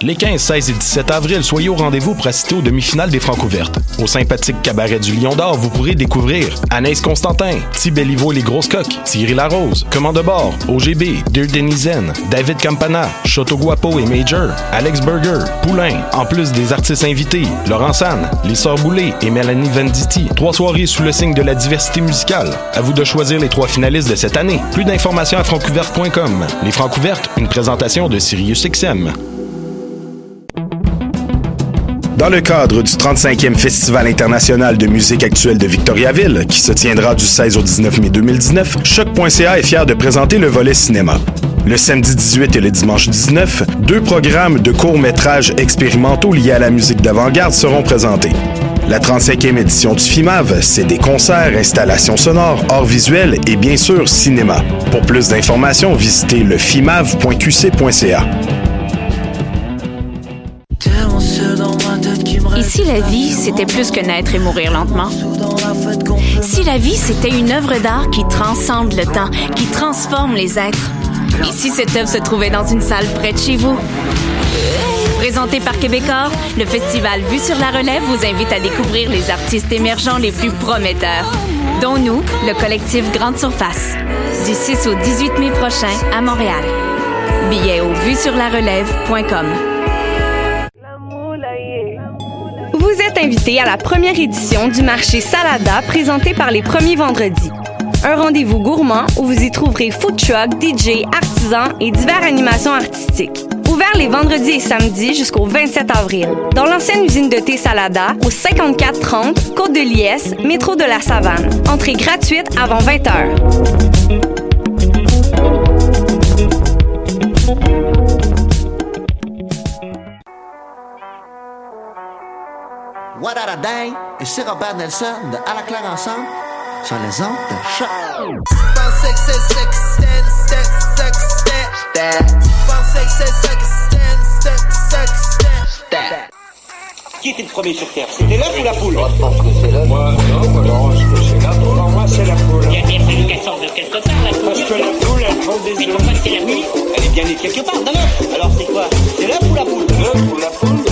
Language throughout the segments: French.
Les 15, 16 et 17 avril, soyez au rendez-vous pour assister aux demi-finales des Francouvertes. Au sympathique cabaret du Lion d'Or, vous pourrez découvrir Anaïs Constantin, Ti Béliveau et les Grosses Coques, Thierry Larose, Commande de bord, OGB, Dear Denizen, David Campana, Choto Guapo et Major, Alex Burger, Poulain, en plus des artistes invités, Laurent San, les Sœurs Boulay et Mélanie Venditti. 3 soirées sous le signe de la diversité musicale. À vous de choisir les 3 finalistes de cette année. Plus d'informations à francouverte.com. Les Francouvertes, une présentation de SiriusXM. Dans le cadre du 35e Festival international de musique actuelle de Victoriaville, qui se tiendra du 16 au 19 mai 2019, Choc.ca est fier de présenter le volet cinéma. Le samedi 18 et le dimanche 19, 2 programmes de courts-métrages expérimentaux liés à la musique d'avant-garde seront présentés. La 35e édition du FIMAV, c'est des concerts, installations sonores, arts visuels et bien sûr cinéma. Pour plus d'informations, visitez le fimav.qc.ca. Et si la vie, c'était plus que naître et mourir lentement? Si la vie, c'était une œuvre d'art qui transcende le temps, qui transforme les êtres? Et si cette œuvre se trouvait dans une salle près de chez vous? Présenté par Québecor, le festival Vue sur la Relève vous invite à découvrir les artistes émergents les plus prometteurs, dont nous, le collectif Grande Surface, du 6 au 18 mai prochain à Montréal. Billets au vuesurlarelève.com. Vous êtes invité à la première édition du marché Salada présenté par les premiers vendredis. Un rendez-vous gourmand où vous y trouverez food truck, DJ, artisans et diverses animations artistiques. Ouvert les vendredis et samedis jusqu'au 27 avril. Dans l'ancienne usine de thé Salada, au 5430 Côte de Liesse, métro de la Savane. Entrée gratuite avant 20h. What a day! Et c'est Robert Nelson de À la claire ensemble sur les ondes de Choc. Qui était le premier sur Terre? C'était l'œuf ou la poule? Moi, je pense que c'est l'œuf. Moi, non, moi, je pense que c'est la poule. Pour moi, c'est la poule. Il y a bien fallu qu'elle sorte de quelque part, la poule. Parce que la poule, elle prend des œufs. Mais pourquoi c'est la nuit? Elle est bien née quelque part, d'un œuf. Alors c'est quoi? C'est l'œuf ou la poule? L'œuf ou la poule?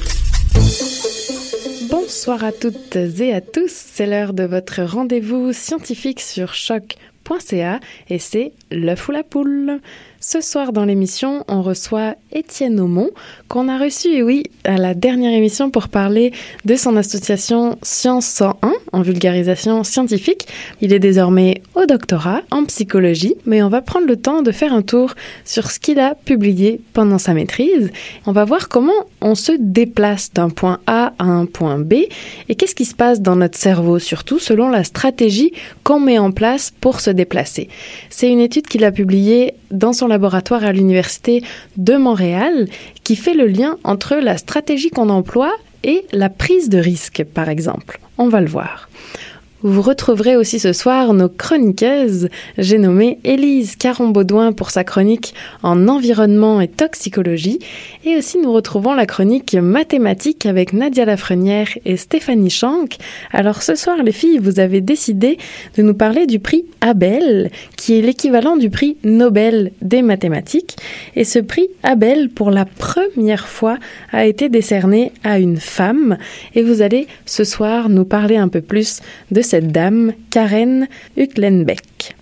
Bonsoir à toutes et à tous, c'est l'heure de votre rendez-vous scientifique sur choc.ca et c'est l'œuf ou la poule. Ce soir dans l'émission, on reçoit Étienne Aumont, qu'on a reçu, et oui, à la dernière émission pour parler de son association Science 101 en vulgarisation scientifique. Il est désormais au doctorat en psychologie, mais on va prendre le temps de faire un tour sur ce qu'il a publié pendant sa maîtrise. On va voir comment on se déplace d'un point A à un point B et qu'est-ce qui se passe dans notre cerveau, surtout selon la stratégie qu'on met en place pour se déplacer. C'est une étude qu'il a publiée dans son laboratoire à l'Université de Montréal qui fait le lien entre la stratégie qu'on emploie et la prise de risque, par exemple. On va le voir. Vous retrouverez aussi ce soir nos chroniqueuses. J'ai nommé Élise Caron-Baudouin pour sa chronique en environnement et toxicologie. Et aussi nous retrouvons la chronique mathématique avec Nadia Lafrenière et Stéphanie Schank. Alors ce soir, les filles, vous avez décidé de nous parler du prix Abel, qui est l'équivalent du prix Nobel des mathématiques. Et ce prix Abel, pour la première fois, a été décerné à une femme. Et vous allez ce soir nous parler un peu plus de cette dame, Karen Hucklenbeck.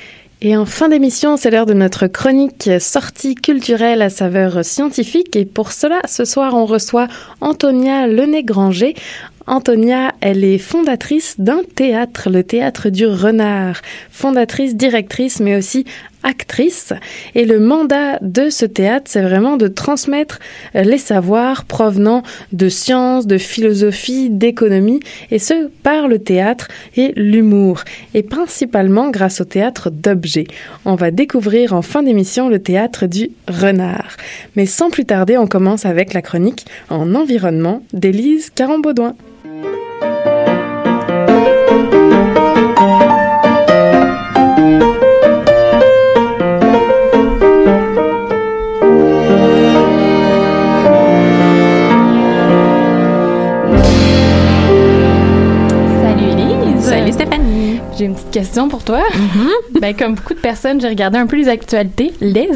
Et en fin d'émission, c'est l'heure de notre chronique sortie culturelle à saveur scientifique. Et pour cela, ce soir, on reçoit Antonia Lenay-Granger. Antonia, elle est fondatrice d'un théâtre, le Théâtre du Renard. Fondatrice, directrice, mais aussi actrice. Et le mandat de ce théâtre, c'est vraiment de transmettre les savoirs provenant de sciences, de philosophie, d'économie, et ce, par le théâtre et l'humour. Et principalement grâce au théâtre d'objets. On va découvrir en fin d'émission le Théâtre du Renard. Mais sans plus tarder, on commence avec la chronique en environnement d'Élise Caron-Baudouin. J'ai une petite question pour toi. Ben, comme beaucoup de personnes, j'ai regardé un peu les actualités.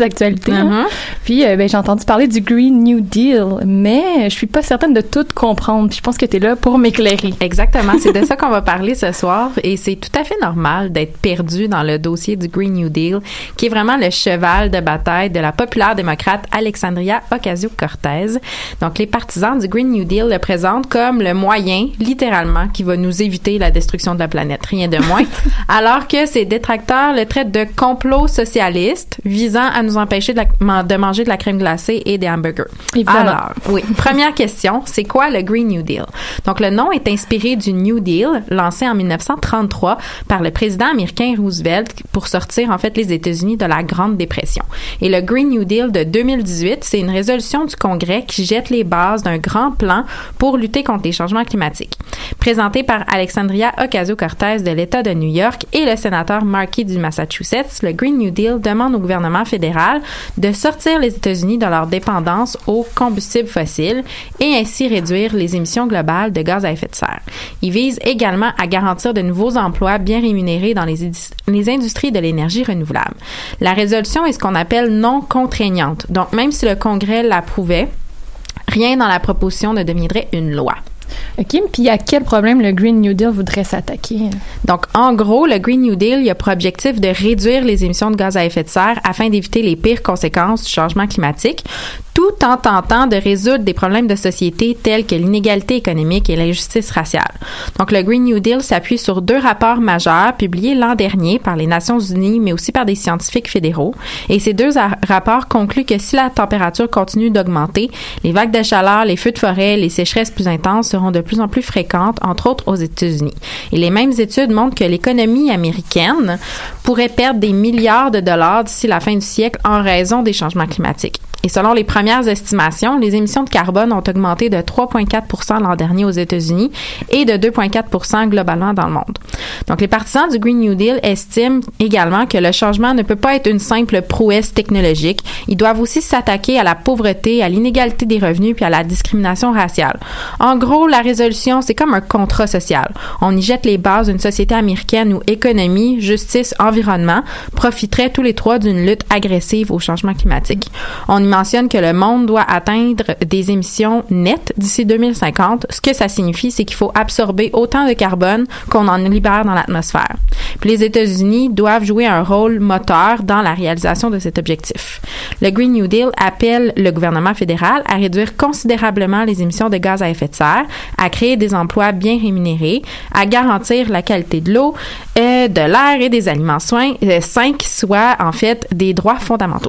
Hein. Puis, j'ai entendu parler du Green New Deal, mais je suis pas certaine de tout comprendre. Puis je pense que tu es là pour m'éclairer. Exactement. C'est de ça qu'on va parler ce soir. Et c'est tout à fait normal d'être perdu dans le dossier du Green New Deal, qui est vraiment le cheval de bataille de la populaire démocrate Alexandria Ocasio-Cortez. Donc, les partisans du Green New Deal le présentent comme le moyen, littéralement, qui va nous éviter la destruction de la planète. Rien de moins. Alors que ses détracteurs le traitent de complot socialiste visant à nous empêcher de manger de la crème glacée et des hamburgers. Évidemment. Alors, oui. Première question, c'est quoi le Green New Deal? Donc, le nom est inspiré du New Deal, lancé en 1933 par le président américain Roosevelt pour sortir, en fait, les États-Unis de la Grande Dépression. Et le Green New Deal de 2018, c'est une résolution du Congrès qui jette les bases d'un grand plan pour lutter contre les changements climatiques. Présenté par Alexandria Ocasio-Cortez de l'État de New York et le sénateur Markey du Massachusetts, le Green New Deal demande au gouvernement fédéral de sortir les États-Unis de leur dépendance aux combustibles fossiles et ainsi réduire les émissions globales de gaz à effet de serre. Il vise également à garantir de nouveaux emplois bien rémunérés dans les industries de l'énergie renouvelable. La résolution est ce qu'on appelle non contraignante. Donc, même si le Congrès l'approuvait, rien dans la proposition ne deviendrait une loi. OK, puis à quel problème le Green New Deal voudrait s'attaquer? Donc, en gros, le Green New Deal, il a pour objectif de réduire les émissions de gaz à effet de serre afin d'éviter les pires conséquences du changement climatique, tout en tentant de résoudre des problèmes de société tels que l'inégalité économique et l'injustice raciale. Donc, le Green New Deal s'appuie sur 2 rapports majeurs publiés l'an dernier par les Nations Unies, mais aussi par des scientifiques fédéraux. Et ces 2 rapports concluent que si la température continue d'augmenter, les vagues de chaleur, les feux de forêt, les sécheresses plus intenses seront de plus en plus fréquentes, entre autres aux États-Unis. Et les mêmes études montrent que l'économie américaine pourrait perdre des milliards de dollars d'ici la fin du siècle en raison des changements climatiques. Et selon les premières estimations, les émissions de carbone ont augmenté de 3,4 % l'an dernier aux États-Unis et de 2,4 % globalement dans le monde. Donc, les partisans du Green New Deal estiment également que le changement ne peut pas être une simple prouesse technologique. Ils doivent aussi s'attaquer à la pauvreté, à l'inégalité des revenus puis à la discrimination raciale. En gros, la résolution, c'est comme un contrat social. On y jette les bases d'une société américaine où économie, justice, environnement profiteraient tous les 3 d'une lutte agressive au changement climatique. On y mentionne que le monde doit atteindre des émissions nettes d'ici 2050. Ce que ça signifie, c'est qu'il faut absorber autant de carbone qu'on en libère dans l'atmosphère. Puis les États-Unis doivent jouer un rôle moteur dans la réalisation de cet objectif. Le Green New Deal appelle le gouvernement fédéral à réduire considérablement les émissions de gaz à effet de serre, à créer des emplois bien rémunérés, à garantir la qualité de l'eau, de l'air et des aliments sains qui soient en fait des droits fondamentaux.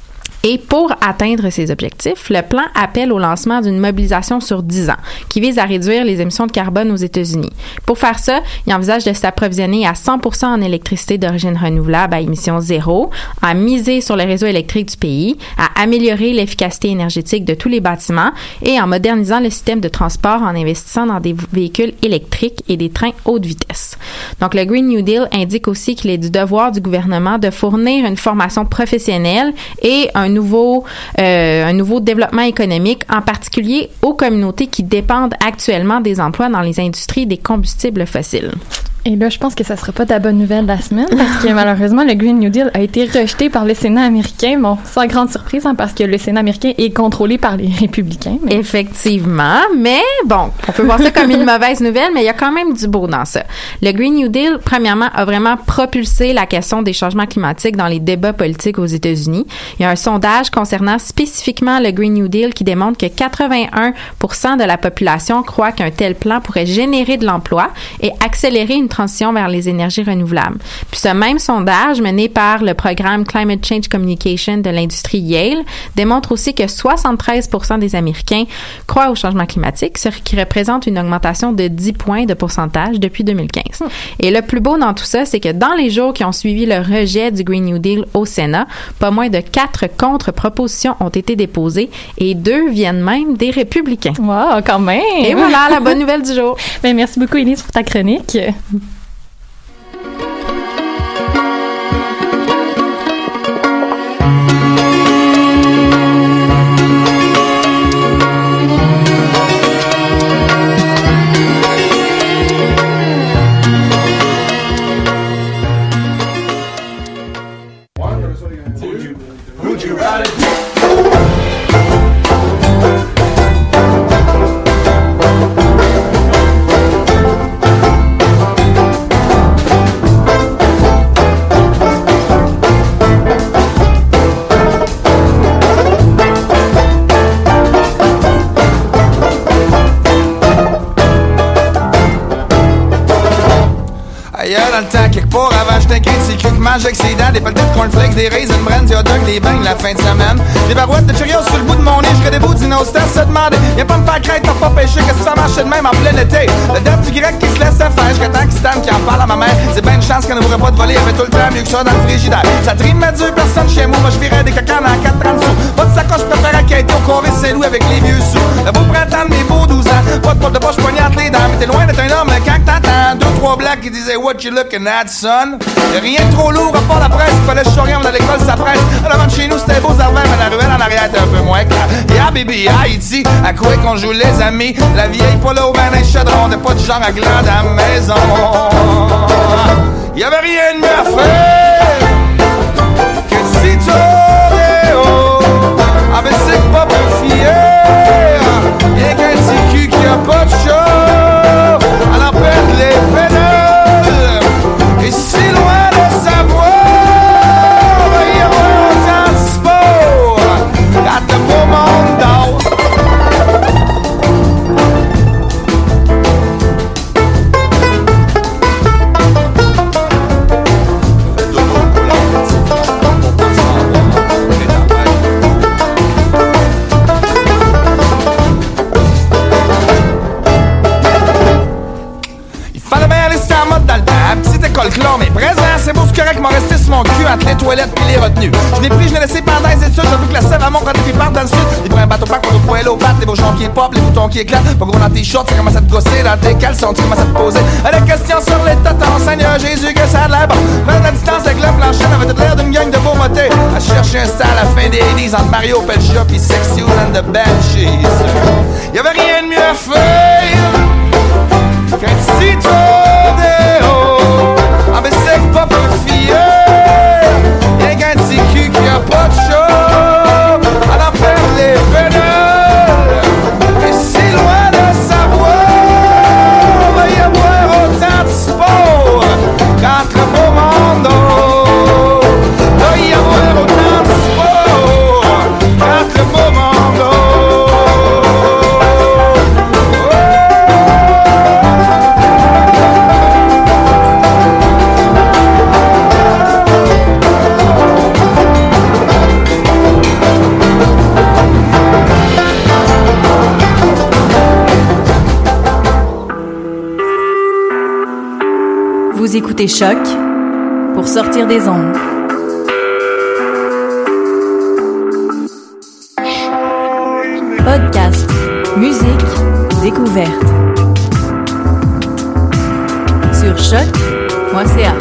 Et pour atteindre ces objectifs, le plan appelle au lancement d'une mobilisation sur 10 ans qui vise à réduire les émissions de carbone aux États-Unis. Pour faire ça, il envisage de s'approvisionner à 100% en électricité d'origine renouvelable à émissions zéro, à miser sur le réseau électrique du pays, à améliorer l'efficacité énergétique de tous les bâtiments et en modernisant le système de transport en investissant dans des véhicules électriques et des trains haute vitesse. Donc, le Green New Deal indique aussi qu'il est du devoir du gouvernement de fournir une formation professionnelle et un nouveau développement économique, en particulier aux communautés qui dépendent actuellement des emplois dans les industries des combustibles fossiles. Et là, je pense que ça sera pas ta bonne nouvelle de la semaine parce que malheureusement, le Green New Deal a été rejeté par le Sénat américain. Bon, sans grande surprise, parce que le Sénat américain est contrôlé par les républicains. Mais... Effectivement, mais bon, on peut voir ça comme une mauvaise nouvelle, mais il y a quand même du beau dans ça. Le Green New Deal, premièrement, a vraiment propulsé la question des changements climatiques dans les débats politiques aux États-Unis. Il y a un sondage concernant spécifiquement le Green New Deal qui démontre que 81% de la population croit qu'un tel plan pourrait générer de l'emploi et accélérer une transition vers les énergies renouvelables. Puis ce même sondage mené par le programme Climate Change Communication de l'industrie Yale démontre aussi que 73% des Américains croient au changement climatique, ce qui représente une augmentation de 10 points de pourcentage depuis 2015. Et le plus beau dans tout ça, c'est que dans les jours qui ont suivi le rejet du Green New Deal au Sénat, pas moins de 4 contre-propositions ont été déposées et 2 viennent même des républicains. Wow, quand même! Et voilà la bonne nouvelle du jour. Bien, merci beaucoup, Élise, pour ta chronique. dans le temps, quelque part avant, j'étais qu'un petit cul qui mange avec ses dents, des palettes de cornflakes, des raisins, brands, des hot dogs, des bangs la fin de semaine. Des barouettes de Cheerios sur le bout de mon nez, j'aurais des bouts d'innocents se demander. Viens pas me faire craindre, t'as pas pêché, que ça marche de même en plein été. Le date du grec qui se laisse faire, jusqu'à temps qu'il stand, qui en parle à ma mère. C'est ben une chance qu'elle ne voudrait pas te voler, y'avait tout le temps mieux que ça dans le frigidaire. Ça trime à Dieu, personne chez moi, moi je virais des cocans dans 4,30 sous. Pas de sacoche, je préfère enquêter au Corée Saint-Louis avec les vieux sous. Le beau printemps de mes beaux 12 ans, pas de porte de poche poignante les dents, mais t'es loin d'être un homme quand t'entends 2-3 blagues qui disaient What you looking at, son? Y'a rien de trop lourd à part la presse, il fallait que je sois rien, mais dans l'école ça presse. Alors de chez nous c'était beau arvers, mais la ruelle en arrière était un peu moins clair. Yeah baby, Haïti, à quoi qu'on joue les amis? La vieille polo, ben un chaudron, de pas de genre à glande à la maison. Y'avait rien de mieux à faire que de s'y tourner haut. Ah ben c'est que pas peu fier, y'a qu'un petit cul qui a pas de chaud. Alors perdre les pédales, et si loin de savoir, va y avoir autant de sport, quand le beau monde dort. Clore, mais présent, c'est beau, c'est correct, m'en resté sur mon cul entre les toilettes pis les retenues. Je l'ai pris, je l'ai laissé pendant les études, j'ai vu que la sève à mon quand il part dans le sud. Les bruns bateau pack, pour le poêle aux pattes, les bourgeons qui pop, les boutons qui éclatent. Pas gros dans tes shorts, tu commences à te gosser, dans tes caleçons, tu commences à te poser. La question sur les tatons, Seigneur Jésus, que ça a l'air bon. Prendre la distance avec le plancher, avait toute l'air d'une gang de beaux motés. À chercher un style à la fin des 80s entre Mario Pet Shop pis Sexy and the Banshees. Y'avait rien de mieux à faire qu'un petit tour des hauts. Ah ben c'est que pas peu fier, y'a qu'un petit cul qui a pas de chaud. Alors perdre les pédales, et si loin de savoir, va y avoir autant de sport quand le beau monde dort. Va y avoir autant de sport quand le beau monde dort. Vous écoutez Choc pour sortir des ondes. Podcast, musique, découverte. Sur choc.ca.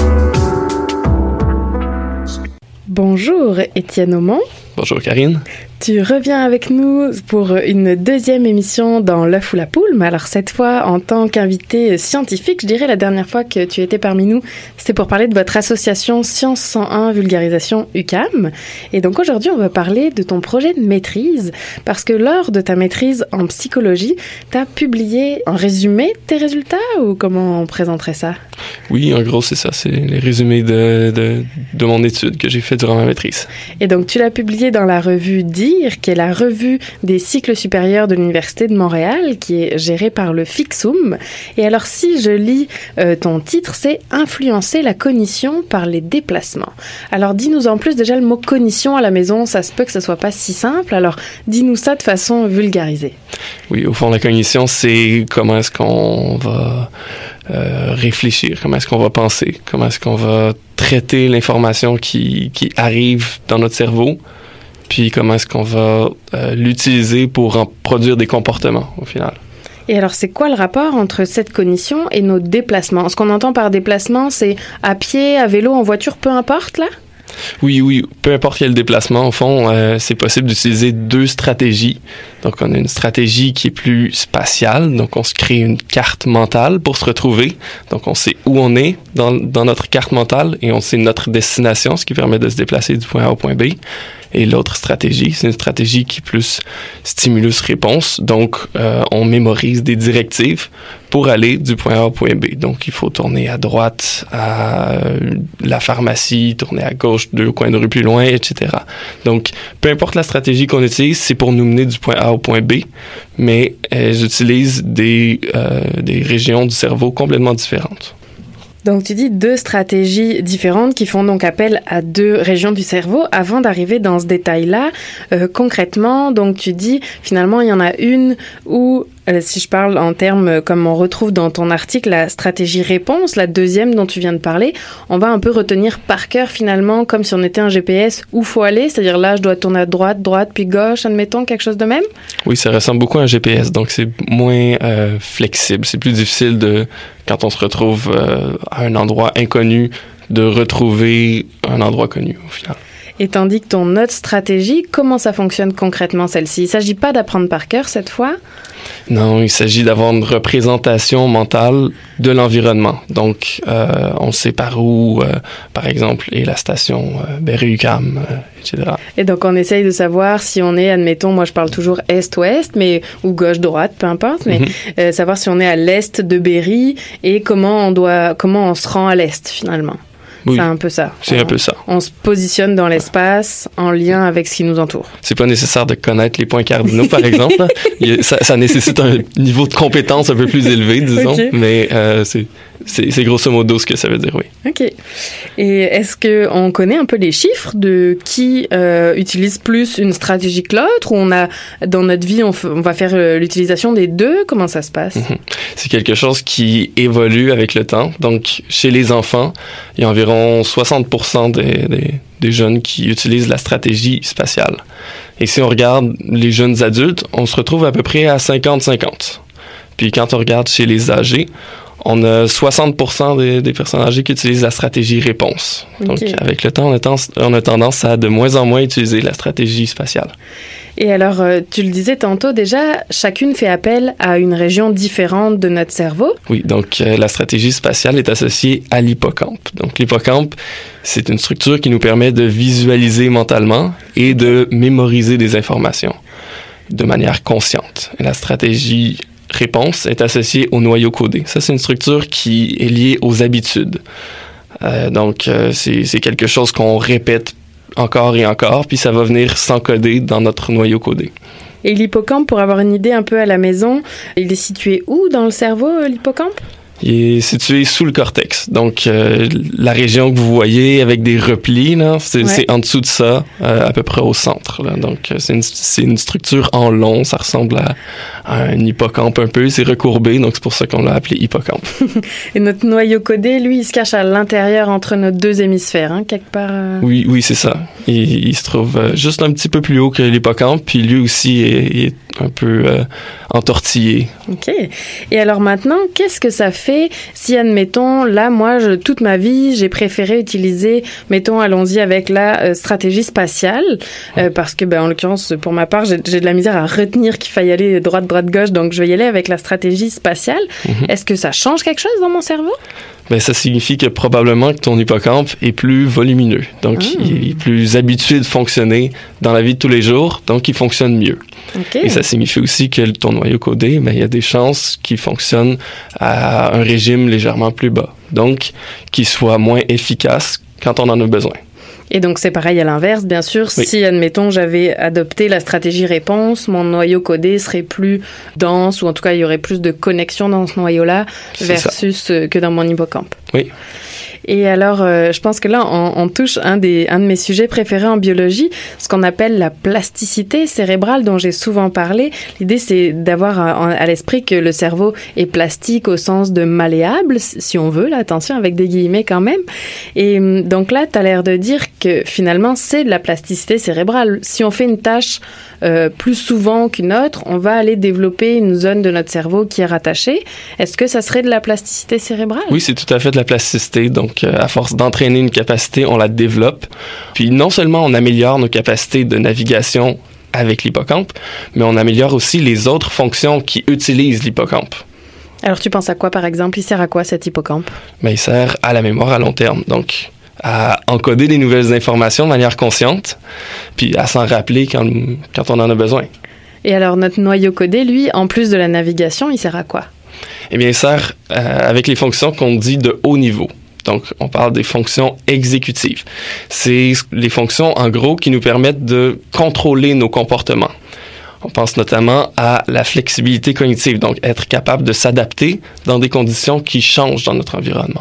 Bonjour Étienne Aumont. Bonjour Karine. Tu reviens avec nous pour une deuxième émission dans l'œuf ou la poule, mais alors cette fois en tant qu'invité scientifique. Je dirais la dernière fois que tu étais parmi nous, c'était pour parler de votre association Science 101 Vulgarisation UQAM. Et donc aujourd'hui, on va parler de ton projet de maîtrise, parce que lors de ta maîtrise en psychologie, tu as publié en résumé tes résultats, ou comment on présenterait ça? Oui, en gros, c'est ça. C'est les résumés de mon étude que j'ai fait durant ma maîtrise. Et donc, tu l'as publié dans la revue DIR, qui est la revue des cycles supérieurs de l'Université de Montréal, qui est gérée par le Fixum. Et alors, si je lis ton titre, c'est « Influencer la cognition par les déplacements ». Alors, dis-nous en plus, déjà, le mot « cognition » à la maison, ça se peut que ce soit pas si simple. Alors, dis-nous ça de façon vulgarisée. Oui, au fond, la cognition, c'est comment est-ce qu'on va réfléchir, comment est-ce qu'on va penser, comment est-ce qu'on va traiter l'information qui arrive dans notre cerveau, puis comment est-ce qu'on va l'utiliser pour en produire des comportements, au final. Et alors, c'est quoi le rapport entre cette cognition et nos déplacements? Ce qu'on entend par déplacement, c'est à pied, à vélo, en voiture, peu importe, là? Oui, peu importe quel déplacement, au fond, c'est possible d'utiliser deux stratégies. Donc, on a une stratégie qui est plus spatiale, donc on se crée une carte mentale pour se retrouver. Donc, on sait où on est dans notre carte mentale et on sait notre destination, ce qui permet de se déplacer du point A au point B. Et l'autre stratégie, c'est une stratégie qui est plus stimulus-réponse. Donc, on mémorise des directives pour aller du point A au point B. Donc, il faut tourner à droite à la pharmacie, tourner à gauche 2 coins de rue plus loin, etc. Donc, peu importe la stratégie qu'on utilise, c'est pour nous mener du point A au point B, mais elles utilisent des régions du cerveau complètement différentes. Donc tu dis 2 stratégies différentes qui font donc appel à 2 régions du cerveau. Avant d'arriver dans ce détail-là, concrètement, donc tu dis finalement il y en a une où, si je parle en termes comme on retrouve dans ton article, la stratégie réponse, la deuxième dont tu viens de parler, on va un peu retenir par cœur finalement comme si on était un GPS où faut aller, c'est-à-dire là je dois tourner à droite, puis gauche, admettons, quelque chose de même? Oui, ça ressemble beaucoup à un GPS, donc c'est moins flexible. C'est plus difficile quand on se retrouve à un endroit inconnu, de retrouver un endroit connu au final. Et tandis que ton autre stratégie, comment ça fonctionne concrètement celle-ci? Il ne s'agit pas d'apprendre par cœur cette fois? Non, il s'agit d'avoir une représentation mentale de l'environnement. Donc, on sait par où, par exemple, est la station Berry-UQAM, etc. Et donc, on essaye de savoir si on est, admettons, moi je parle toujours est-ouest, ou gauche-droite, peu importe, mais savoir si on est à l'est de Berry et comment on se rend à l'est finalement. Oui, c'est un peu ça. C'est un peu ça. On se positionne dans l'espace en lien avec ce qui nous entoure. C'est pas nécessaire de connaître les points cardinaux, par exemple. Ça nécessite un niveau de compétence un peu plus élevé, disons. Okay. Mais c'est grosso modo ce que ça veut dire, oui. OK. Et est-ce qu'on connaît un peu les chiffres de qui utilise plus une stratégie que l'autre, ou dans notre vie, on va faire l'utilisation des 2? Comment ça se passe? C'est quelque chose qui évolue avec le temps. Donc, chez les enfants, il y a environ 60% des jeunes qui utilisent la stratégie spatiale. Et si on regarde les jeunes adultes, on se retrouve à peu près à 50-50. Puis quand on regarde chez les âgés, on a 60% des personnes âgées qui utilisent la stratégie réponse. Donc, avec le temps, on a tendance à de moins en moins utiliser la stratégie spatiale. Et alors, tu le disais tantôt déjà, chacune fait appel à une région différente de notre cerveau. Oui, donc la stratégie spatiale est associée à l'hippocampe. Donc, l'hippocampe, c'est une structure qui nous permet de visualiser mentalement et de mémoriser des informations de manière consciente. Et la stratégie réponse est associée au noyau codé. Ça, c'est une structure qui est liée aux habitudes. Donc, c'est quelque chose qu'on répète encore et encore, puis ça va venir s'encoder dans notre noyau codé. Et l'hippocampe, pour avoir une idée un peu à la maison, il est situé où dans le cerveau, l'hippocampe? Il est situé sous le cortex. Donc, la région que vous voyez avec des replis, là, c'est en dessous de ça, à peu près au centre. Là. Donc, c'est une structure en long. Ça ressemble à un hippocampe un peu. C'est recourbé, donc c'est pour ça qu'on l'a appelé hippocampe. Et notre noyau codé, lui, il se cache à l'intérieur entre nos 2 hémisphères, hein, quelque part. Oui, c'est ça. Il se trouve juste un petit peu plus haut que l'hippocampe, puis lui aussi est un peu entortillé. OK. Et alors maintenant, qu'est-ce que ça fait si, admettons, là, moi, toute ma vie, j'ai préféré utiliser, mettons, allons-y avec la stratégie spatiale, parce que, en l'occurrence, pour ma part, j'ai de la misère à retenir qu'il faille aller droite, gauche, donc je vais y aller avec la stratégie spatiale. Est-ce que ça change quelque chose dans mon cerveau? Ça signifie que probablement que ton hippocampe est plus volumineux. Donc, il est plus habitué de fonctionner dans la vie de tous les jours, donc il fonctionne mieux. Okay. Et ça signifie aussi que ton noyau codé, il y a des chances qu'il fonctionne à un régime légèrement plus bas. Donc, qu'il soit moins efficace quand on en a besoin. Et donc, c'est pareil à l'inverse, bien sûr. Oui. Si, admettons, j'avais adopté la stratégie réponse, mon noyau codé serait plus dense, ou en tout cas, il y aurait plus de connexion dans ce noyau-là versus que dans mon hippocampe. Oui. Et alors, je pense que là, on touche un de mes sujets préférés en biologie, ce qu'on appelle la plasticité cérébrale, dont j'ai souvent parlé. L'idée, c'est d'avoir à l'esprit que le cerveau est plastique au sens de malléable, si on veut, là, attention, avec des guillemets quand même. Et donc là, tu as l'air de dire que finalement, c'est de la plasticité cérébrale. Si on fait une tâche plus souvent qu'une autre, on va aller développer une zone de notre cerveau qui est rattachée. Est-ce que ça serait de la plasticité cérébrale? Oui, c'est tout à fait de la plasticité. Donc, à force d'entraîner une capacité, on la développe. Puis, non seulement on améliore nos capacités de navigation avec l'hippocampe, mais on améliore aussi les autres fonctions qui utilisent l'hippocampe. Alors, tu penses à quoi, par exemple? Il sert à quoi, cet hippocampe? Il sert à la mémoire à long terme. Donc, à encoder des nouvelles informations de manière consciente, puis à s'en rappeler quand on en a besoin. Et alors, notre noyau codé, lui, en plus de la navigation, il sert à quoi? Eh bien, il sert avec les fonctions qu'on dit de haut niveau. Donc, on parle des fonctions exécutives. C'est les fonctions, en gros, qui nous permettent de contrôler nos comportements. On pense notamment à la flexibilité cognitive, donc être capable de s'adapter dans des conditions qui changent dans notre environnement.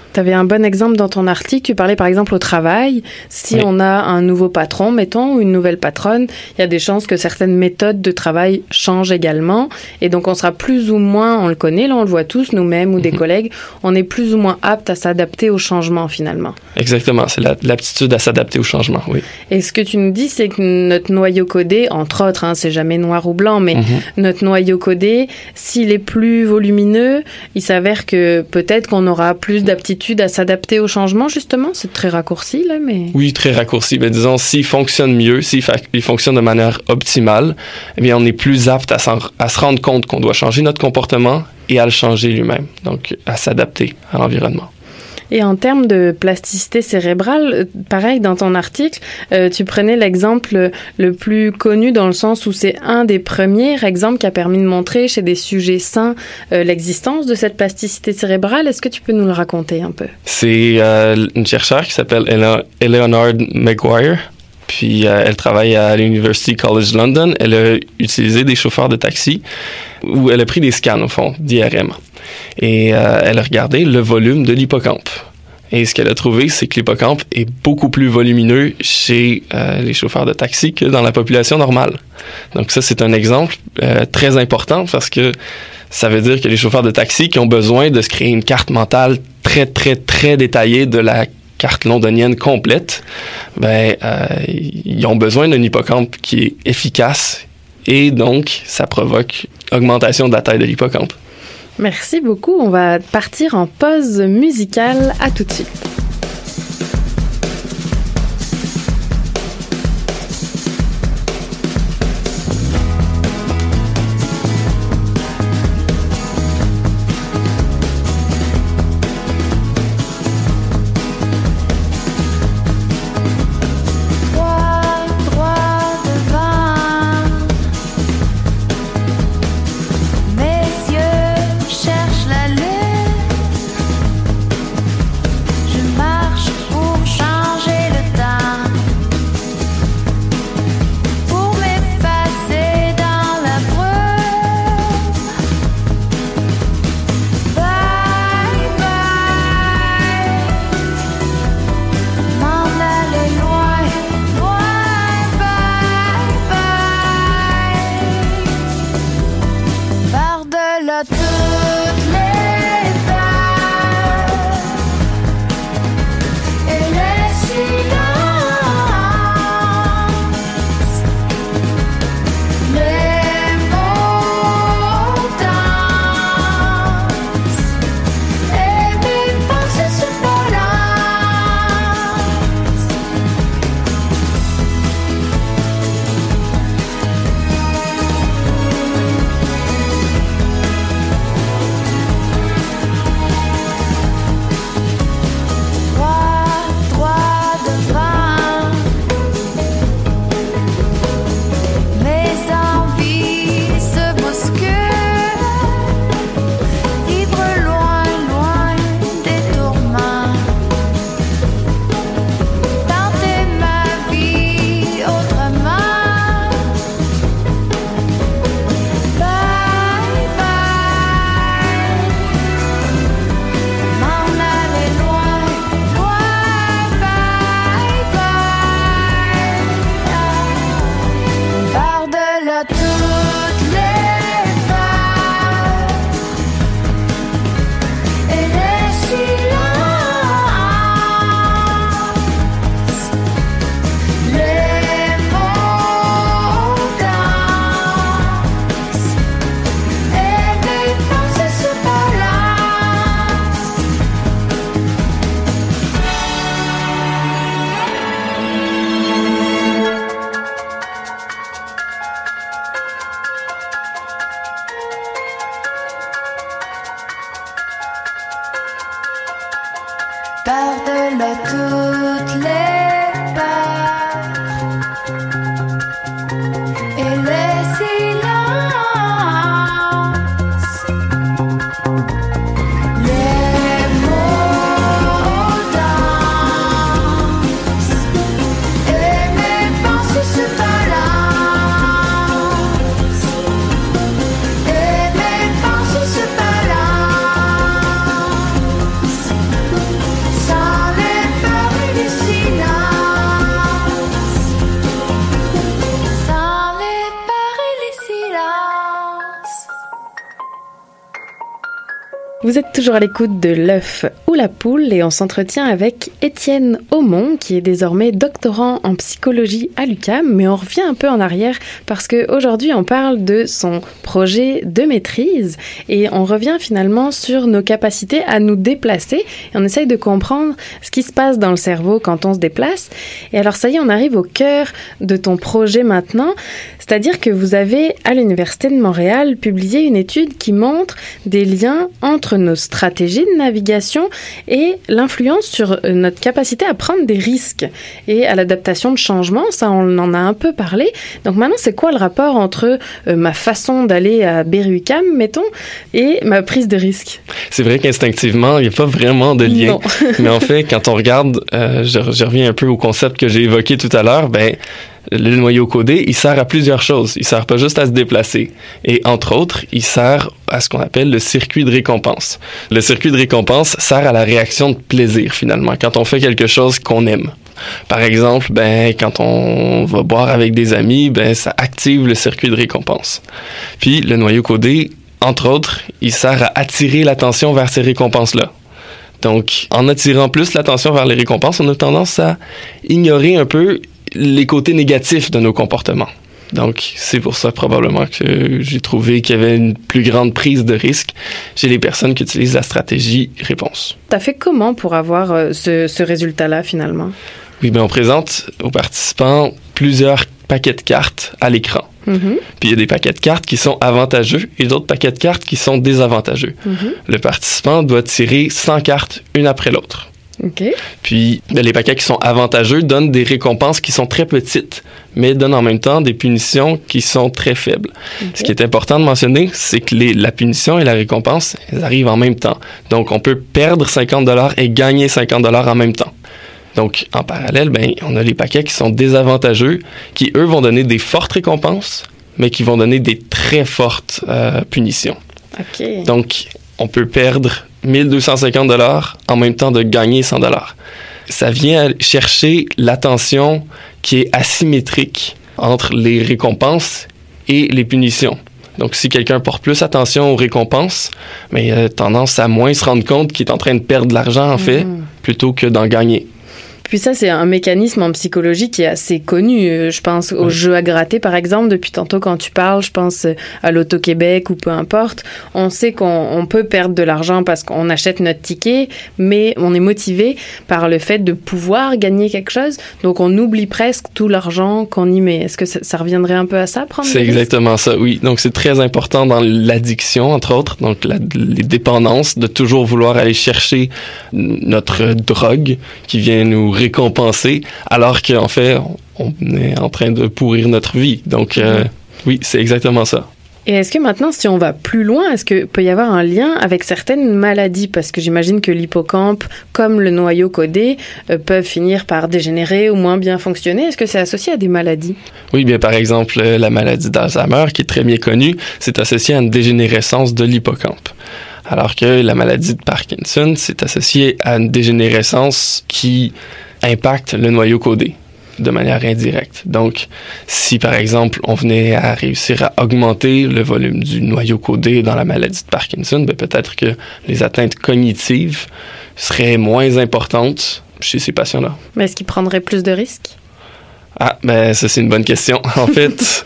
Tu avais un bon exemple dans ton article. Tu parlais par exemple au travail. Si Oui. on a un nouveau patron, mettons, ou une nouvelle patronne, il y a des chances que certaines méthodes de travail changent également. Et donc, on sera plus ou moins, on le connaît, là, on le voit tous, nous-mêmes ou des collègues, on est plus ou moins apte à s'adapter au changement finalement. Exactement, c'est l'aptitude à s'adapter au changement, oui. Et ce que tu nous dis, c'est que notre noyau codé, entre autres, hein, c'est jamais noir ou blanc, mais notre noyau codé, s'il est plus volumineux, il s'avère que peut-être qu'on aura plus d'aptitude à s'adapter au changement, justement. C'est très raccourci, là, mais... Oui, très raccourci. Mais disons, s'il fonctionne mieux, s'il fonctionne de manière optimale, eh bien, on est plus apte à se rendre compte qu'on doit changer notre comportement et à le changer lui-même. Donc, à s'adapter à l'environnement. Et en termes de plasticité cérébrale, pareil, dans ton article, tu prenais l'exemple le plus connu dans le sens où c'est un des premiers exemples qui a permis de montrer chez des sujets sains l'existence de cette plasticité cérébrale. Est-ce que tu peux nous le raconter un peu? C'est une chercheure qui s'appelle Eleanor Maguire. Puis elle travaille à l'University College London. Elle a utilisé des chauffeurs de taxi où elle a pris des scans, au fond, d'IRM. Et elle a regardé le volume de l'hippocampe. Et ce qu'elle a trouvé, c'est que l'hippocampe est beaucoup plus volumineux chez les chauffeurs de taxi que dans la population normale. Donc ça, c'est un exemple très important parce que ça veut dire que les chauffeurs de taxi qui ont besoin de se créer une carte mentale très, très, très détaillée de la carte londonienne complète, ils ont besoin d'un hippocampe qui est efficace et donc ça provoque augmentation de la taille de l'hippocampe. Merci beaucoup. On va partir en pause musicale. À tout de suite. Par-delà toutes les peurs et les silences, les mots dansent et mes pensées se balancent et mes pensées se balancent. Vous êtes toujours à l'écoute de l'œuf ou la poule et on s'entretient avec Étienne Aumont qui est désormais doctorant en psychologie à l'UQAM, mais on revient un peu en arrière parce qu'aujourd'hui on parle de son projet de maîtrise et on revient finalement sur nos capacités à nous déplacer et on essaye de comprendre ce qui se passe dans le cerveau quand on se déplace. Et alors ça y est, on arrive au cœur de ton projet maintenant, c'est-à-dire que vous avez à l'Université de Montréal publié une étude qui montre des liens entre nos stratégies de navigation et l'influence sur notre capacité à prendre des risques et à l'adaptation de changement. Ça, on en a un peu parlé. Donc maintenant, c'est quoi le rapport entre ma façon d'aller à Berry-UQAM, mettons, et ma prise de risque? C'est vrai qu'instinctivement, il n'y a pas vraiment de lien. Non. Mais en fait, quand on regarde, je reviens un peu au concept que j'ai évoqué tout à l'heure, le noyau codé, il sert à plusieurs choses. Il sert pas juste à se déplacer. Et entre autres, il sert à ce qu'on appelle le circuit de récompense. Le circuit de récompense sert à la réaction de plaisir, finalement, quand on fait quelque chose qu'on aime. Par exemple, quand on va boire avec des amis, ça active le circuit de récompense. Puis, le noyau codé, entre autres, il sert à attirer l'attention vers ces récompenses-là. Donc, en attirant plus l'attention vers les récompenses, on a tendance à ignorer un peu les côtés négatifs de nos comportements. Donc, c'est pour ça probablement que j'ai trouvé qu'il y avait une plus grande prise de risque chez les personnes qui utilisent la stratégie réponse. T'as fait comment pour avoir ce résultat-là, finalement? Oui, on présente aux participants plusieurs paquets de cartes à l'écran. Mm-hmm. Puis il y a des paquets de cartes qui sont avantageux et d'autres paquets de cartes qui sont désavantageux. Mm-hmm. Le participant doit tirer 100 cartes une après l'autre. Okay. Puis, les paquets qui sont avantageux donnent des récompenses qui sont très petites, mais donnent en même temps des punitions qui sont très faibles. Okay. Ce qui est important de mentionner, c'est que la punition et la récompense, elles arrivent en même temps. Donc, on peut perdre 50$ et gagner 50$ en même temps. Donc, en parallèle, on a les paquets qui sont désavantageux, qui, eux, vont donner des fortes récompenses, mais qui vont donner des très fortes punitions. Okay. Donc, on peut perdre 1250$ en même temps de gagner 100$. Ça vient chercher l'attention qui est asymétrique entre les récompenses et les punitions. Donc, si quelqu'un porte plus attention aux récompenses, il a tendance à moins se rendre compte qu'il est en train de perdre de l'argent, en fait, plutôt que d'en gagner. Puis ça, c'est un mécanisme en psychologie qui est assez connu. Je pense au jeu à gratter, par exemple. Depuis tantôt, quand tu parles, je pense à l'Auto-Québec ou peu importe. On sait qu'on peut perdre de l'argent parce qu'on achète notre ticket, mais on est motivé par le fait de pouvoir gagner quelque chose. Donc, on oublie presque tout l'argent qu'on y met. Est-ce que ça reviendrait un peu à ça, prendre C'est exactement ça, oui. Donc, c'est très important dans l'addiction, entre autres. Donc, les dépendances, de toujours vouloir aller chercher notre drogue qui vient nous récompenser, alors qu'en fait, on est en train de pourrir notre vie. Donc, oui, c'est exactement ça. Et est-ce que maintenant, si on va plus loin, est-ce qu'il peut y avoir un lien avec certaines maladies? Parce que j'imagine que l'hippocampe, comme le noyau codé, peuvent finir par dégénérer ou moins bien fonctionner. Est-ce que c'est associé à des maladies? Oui, bien par exemple, la maladie d'Alzheimer, qui est très bien connue, c'est associé à une dégénérescence de l'hippocampe. Alors que la maladie de Parkinson, c'est associé à une dégénérescence qui impacte le noyau codé de manière indirecte. Donc, si par exemple, on venait à réussir à augmenter le volume du noyau codé dans la maladie de Parkinson, peut-être que les atteintes cognitives seraient moins importantes chez ces patients-là. Mais est-ce qu'ils prendraient plus de risques? Ah, ça c'est une bonne question. En fait,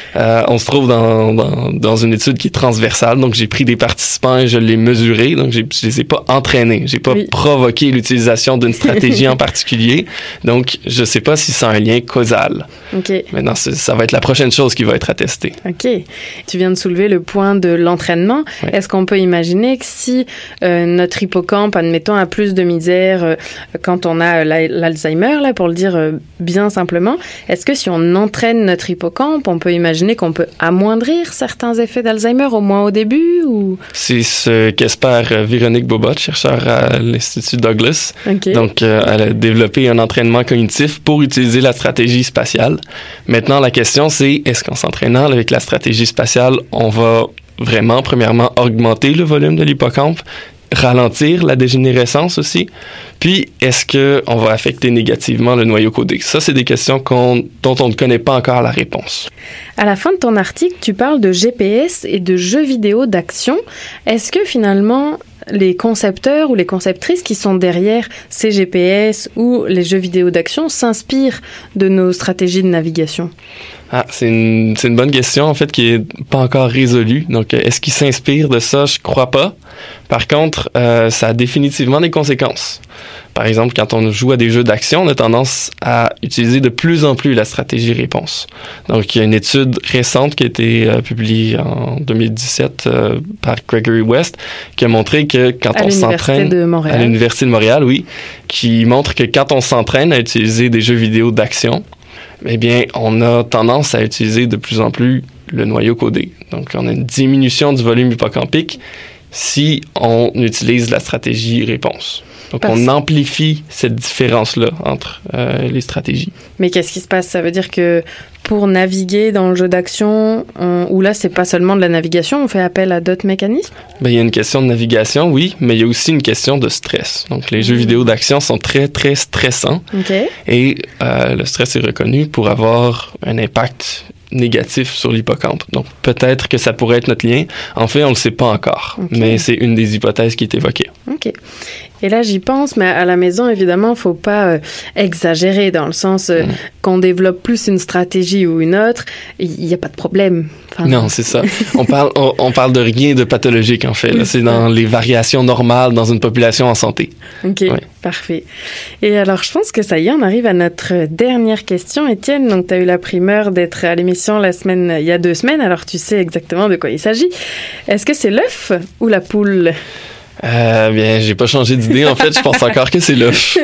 on se trouve dans une étude qui est transversale. Donc, j'ai pris des participants et je les ai mesurés. Donc, je les ai pas entraînés. J'ai pas provoqué l'utilisation d'une stratégie en particulier. Donc, je sais pas si c'est un lien causal. OK. Maintenant, ça va être la prochaine chose qui va être attestée. OK. Tu viens de soulever le point de l'entraînement. Oui. Est-ce qu'on peut imaginer que si notre hippocampe, admettons, a plus de misère quand on a l'Alzheimer, là, pour le dire bien simplement, est-ce que si on entraîne notre hippocampe, on peut imaginer qu'on peut amoindrir certains effets d'Alzheimer, au moins au début, ou? C'est ce qu'espère Véronique Bobot, chercheur à l'Institut Douglas. Okay. Donc, elle a développé un entraînement cognitif pour utiliser la stratégie spatiale. Maintenant, la question, c'est est-ce qu'en s'entraînant avec la stratégie spatiale, on va vraiment, premièrement, augmenter le volume de l'hippocampe, ralentir la dégénérescence aussi, puis est-ce qu'on va affecter négativement le noyau codé? Ça, c'est des questions dont on ne connaît pas encore la réponse. À la fin de ton article, tu parles de GPS et de jeux vidéo d'action. Est-ce que finalement, les concepteurs ou les conceptrices qui sont derrière ces GPS ou les jeux vidéo d'action s'inspirent de nos stratégies de navigation? C'est une bonne question, en fait, qui est pas encore résolue. Donc, est-ce qu'ils s'inspirent de ça? Je crois pas. Par contre, ça a définitivement des conséquences. Par exemple, quand on joue à des jeux d'action, on a tendance à utiliser de plus en plus la stratégie réponse. Donc, il y a une étude récente qui a été publiée en 2017 par Gregory West qui a montré que quand on s'entraîne à l'Université de Montréal, oui, qui montre que quand on s'entraîne à utiliser des jeux vidéo d'action, eh bien, on a tendance à utiliser de plus en plus le noyau codé. Donc, on a une diminution du volume hippocampique si on utilise la stratégie réponse. Donc, on amplifie cette différence-là entre les stratégies. Mais qu'est-ce qui se passe? Ça veut dire que pour naviguer dans le jeu d'action, où là, c'est pas seulement de la navigation, on fait appel à d'autres mécanismes? Il y a une question de navigation, oui, mais il y a aussi une question de stress. Donc, les jeux vidéo d'action sont très, très stressants. Okay. Et le stress est reconnu pour avoir un impact négatif sur l'hippocampe. Donc, peut-être que ça pourrait être notre lien. En fait, on le sait pas encore, mais c'est une des hypothèses qui est évoquée. OK. Et là, j'y pense, mais à la maison, évidemment, il faut pas exagérer dans le sens qu'on développe plus une stratégie ou une autre, il n'y a pas de problème. Enfin, non, c'est ça. On parle de rien de pathologique, en fait. Là, c'est dans les variations normales dans une population en santé. OK, parfait. Et alors, je pense que ça y est, on arrive à notre dernière question. Étienne, donc tu as eu la primeur d'être à l'émission il y a 2 semaines, alors tu sais exactement de quoi il s'agit. Est-ce que c'est l'œuf ou la poule? Bien, j'ai pas changé d'idée. En fait, je pense encore que c'est l'œuf.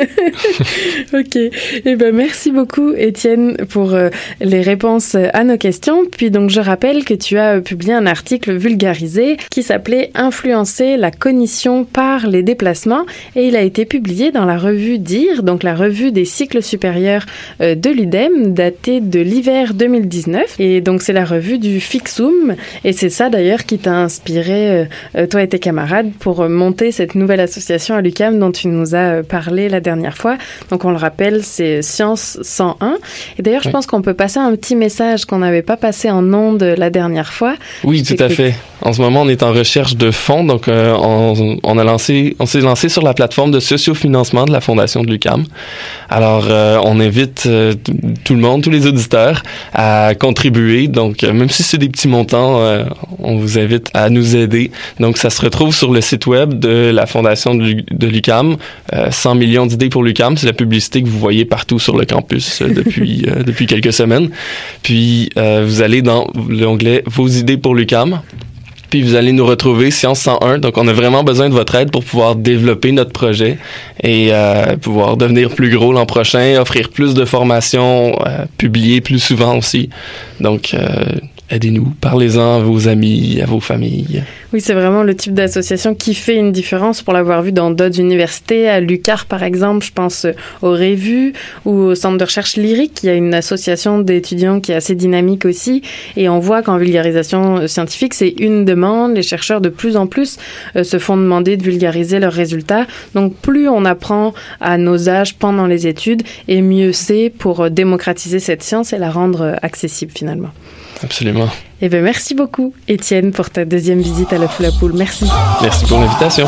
OK. Eh ben, merci beaucoup, Étienne, pour les réponses à nos questions. Puis donc, je rappelle que tu as publié un article vulgarisé qui s'appelait « Influencer la cognition par les déplacements » et il a été publié dans la revue DIR, donc la revue des cycles supérieurs de l'UDEM, datée de l'hiver 2019. Et donc, c'est la revue du Fixum. Et c'est ça, d'ailleurs, qui t'a inspiré, toi et tes camarades, pour monter cette nouvelle association à l'UQAM dont tu nous as parlé la dernière fois. Donc, on le rappelle, c'est Science 101. Et d'ailleurs, je pense qu'on peut passer un petit message qu'on n'avait pas passé en ondes la dernière fois. Oui, tout à fait. En ce moment, on est en recherche de fonds. Donc, on s'est lancé sur la plateforme de sociofinancement de la Fondation de l'UQAM. Alors, on invite tout le monde, tous les auditeurs, à contribuer. Donc, même si c'est des petits montants, on vous invite à nous aider. Donc, ça se retrouve sur le site web de la Fondation de l'UQAM. 100 millions d'idées pour l'UQAM, c'est la publicité que vous voyez partout sur le campus depuis quelques semaines. Puis, vous allez dans l'onglet « Vos idées pour l'UQAM ». Puis vous allez nous retrouver Science 101. Donc, on a vraiment besoin de votre aide pour pouvoir développer notre projet et pouvoir devenir plus gros l'an prochain, offrir plus de formations, publier plus souvent aussi. Donc, aidez-nous, parlez-en à vos amis, à vos familles. Oui, c'est vraiment le type d'association qui fait une différence pour l'avoir vu dans d'autres universités. À l'UQAR, par exemple, je pense au Révu ou au Centre de recherche lyrique. Il y a une association d'étudiants qui est assez dynamique aussi. Et on voit qu'en vulgarisation scientifique, c'est une demande. Les chercheurs, de plus en plus, se font demander de vulgariser leurs résultats. Donc, plus on apprend à nos âges pendant les études, et mieux c'est pour démocratiser cette science et la rendre accessible, finalement. Absolument. Eh bien, merci beaucoup, Étienne, pour ta deuxième visite à la Foule à Poule. Merci. Merci pour l'invitation.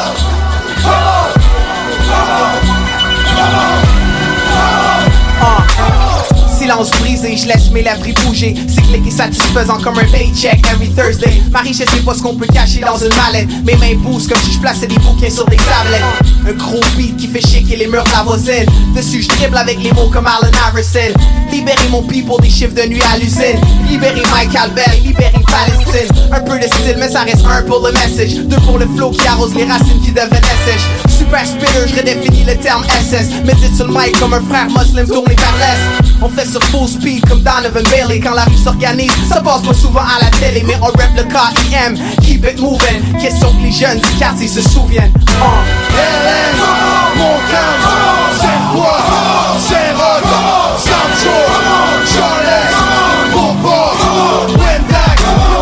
Silence brisé, je laisse mes lèvres y bouger. Cyclique et satisfaisant comme un paycheck every Thursday. Ma richesse c'est pas ce qu'on peut cacher dans une mallette. Mes mains poussent comme si je plaçais des bouquins sur des tablettes. Un gros beat qui fait shaker les murs de la voisine. Dessus je dribble avec les mots comme Allen Iverson. Libérer mon people des chiffres de nuit à l'usine. Libérer Mike Albert, libérer Palestine. Un peu de style mais ça reste un pour le message. 2 pour le flow qui arrose les racines qui devenaient sèches. Super spitter, je redéfinis le terme SS. Médite sur le mic comme un frère musulman tourné vers l'est. On fait sur full speed comme Donovan Bailey. Quand la rue s'organise, ça passe pas souvent à la télé. Mais on rap le KIM, keep it moving. Question que les jeunes du quartier se souviennent. LS, Montcalm, Sainte-Foy, Saint-Roch, Sancho, Charles, Beauport, Wendac. Le web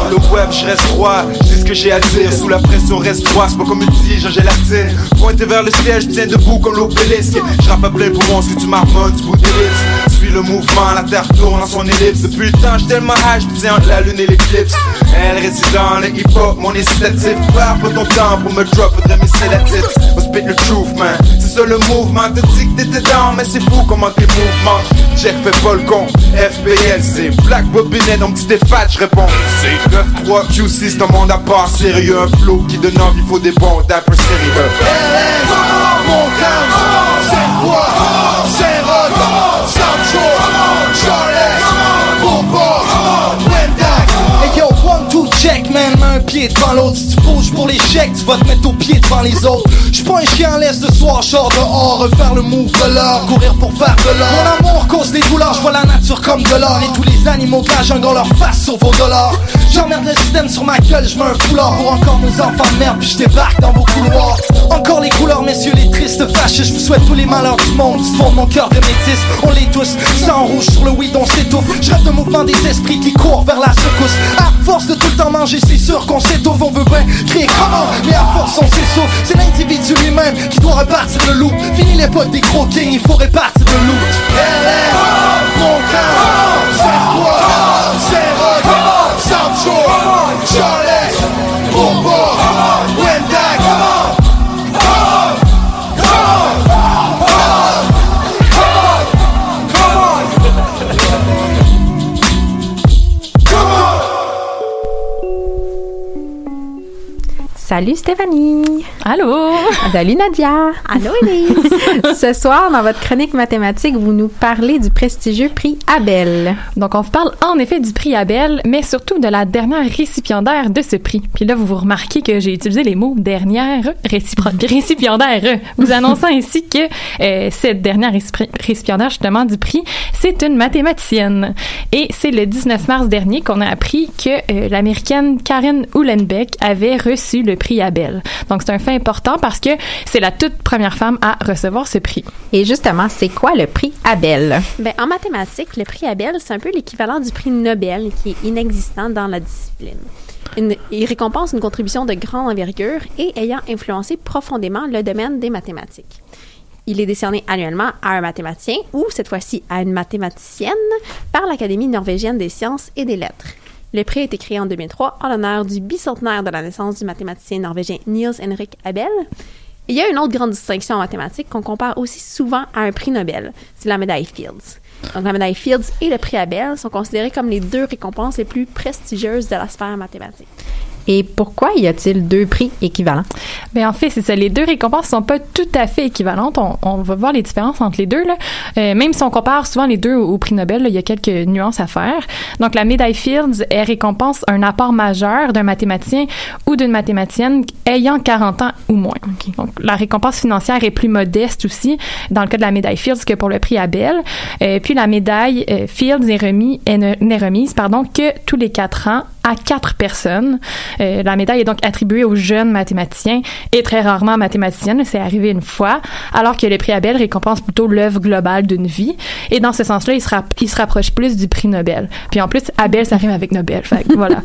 puis je reste droit. Je dis ce que j'ai à dire, sous la pression reste droit. C'est pas comme une tige, j'ai la tine. Pointé vers le ciel, je tiens debout comme l'obélisque. Je rappe à plein poumon, ce que tu marmonnes du bout des lips. Suis le mouvement, la terre tourne en son ellipse. Depuis le temps, j'suis tellement high, j'tiens entre la lune et l'éclipse. Elle réside dans le hip-hop, mon incitatif. Perds pas ton temps pour me drop, faudrait mes sédatifs. On spit le truth, man, c'est ça le mouvement. T'as dit que t'étais down, mais c'est fou comment tes mouvements. Jack fait pas le con, FBL, c'est Black Bobinet, donc petit défat, j'réponds. C'est 9-3, QC, c'est un monde à part. Sérieux, un flow qui donne envie, faut des bons dapper sérieux. Mon calme, c'est quoi? C'est rock, Sancho, Charles, Bobo, Wendak. Hey yo, 1, 2, check man, mets un pied devant l'autre. Si tu bouges pour l'échec, tu vas te mettre au pied devant les autres. J'suis pas un chien en laisse de soir, j'sors dehors, refaire le move de l'or, courir pour faire de l'or. Mon amour cause des douleurs, j'vois la nature comme de l'or. Et tous les animaux de la jungle leur face sur vos dollars. J'emmerde le système sur ma gueule, j'mets un foulard pour encore nos enfants de merde, puis j'débarque dans vos couloirs. Encore les couleurs, messieurs les tristes fâchés, je vous souhaite tous les malheurs du monde. Du fond de mon cœur de métis, on les tous, sang rouge sur le weed, on s'étouffe. Je rêve de mouvement des esprits qui courent vers la secousse. À force de tout le temps manger, c'est sûr qu'on s'étouffe. On veut bien crier comment, mais à force on s'essouffle. C'est l'individu lui-même qui doit repartir le loup. Fini l'époque des gros kings, il faut répartir le loup. Mon calme, c'est quoi? C'est rock, Sancho, Charles, Bobo, Wendak. Salut Stéphanie! Allô! Salut Nadia! Allô Élise! Ce soir, dans votre chronique mathématique, vous nous parlez du prestigieux prix Abel. Donc, on vous parle en effet du prix Abel, mais surtout de la dernière récipiendaire de ce prix. Puis là, vous remarquez que j'ai utilisé les mots dernière récipiendaire, vous annonçant ainsi que cette dernière récipiendaire, justement, du prix, c'est une mathématicienne. Et c'est le 19 mars dernier qu'on a appris que l'Américaine Karen Uhlenbeck avait reçu le prix Abel. Donc, c'est un fait important parce que c'est la toute première femme à recevoir ce prix. Et justement, c'est quoi le prix Abel? Ben, en mathématiques, le prix Abel, c'est un peu l'équivalent du prix Nobel qui est inexistant dans la discipline. Il récompense une contribution de grande envergure et ayant influencé profondément le domaine des mathématiques. Il est décerné annuellement à un mathématicien ou, cette fois-ci, à une mathématicienne par l'Académie norvégienne des sciences et des lettres. Le prix a été créé en 2003 en l'honneur du bicentenaire de la naissance du mathématicien norvégien Niels Henrik Abel. Il y a une autre grande distinction en mathématiques qu'on compare aussi souvent à un prix Nobel, c'est la médaille Fields. Donc la médaille Fields et le prix Abel sont considérés comme les deux récompenses les plus prestigieuses de la sphère mathématique. Et pourquoi y a-t-il deux prix équivalents? Bien, en fait, c'est ça. Les deux récompenses sont pas tout à fait équivalentes. On va voir les différences entre les deux, là. Même si on compare souvent les deux au prix Nobel, là, il y a quelques nuances à faire. Donc, la médaille Fields, elle récompense un apport majeur d'un mathématicien ou d'une mathématicienne ayant 40 ans ou moins. Okay. Donc, la récompense financière est plus modeste aussi dans le cas de la médaille Fields que pour le prix Abel. Puis, la médaille Fields n'est remise que tous les 4 ans à 4 personnes. La médaille est donc attribuée aux jeunes mathématiciens et très rarement mathématiciennes. C'est arrivé une fois, alors que le prix Abel récompense plutôt l'œuvre globale d'une vie. Et dans ce sens-là, il se rapproche plus du prix Nobel. Puis en plus, Abel, ça rime avec Nobel. Fait que voilà.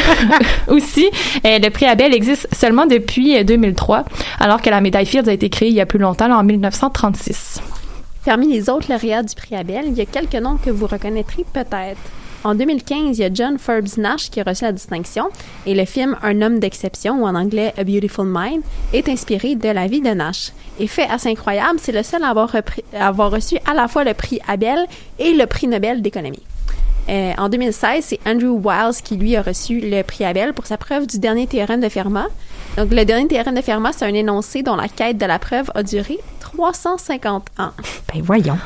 Aussi, le prix Abel existe seulement depuis 2003, alors que la médaille Fields a été créée il y a plus longtemps, là, en 1936. Parmi les autres lauréats du prix Abel, il y a quelques noms que vous reconnaîtrez peut-être. En 2015, il y a John Forbes Nash qui a reçu la distinction et le film Un homme d'exception, ou en anglais A Beautiful Mind, est inspiré de la vie de Nash. Et fait assez incroyable, c'est le seul à avoir reçu à la fois le prix Abel et le prix Nobel d'économie. En 2016, c'est Andrew Wiles qui, lui, a reçu le prix Abel pour sa preuve du dernier théorème de Fermat. Donc, le dernier théorème de Fermat, c'est un énoncé dont la quête de la preuve a duré 350 ans. Ben voyons.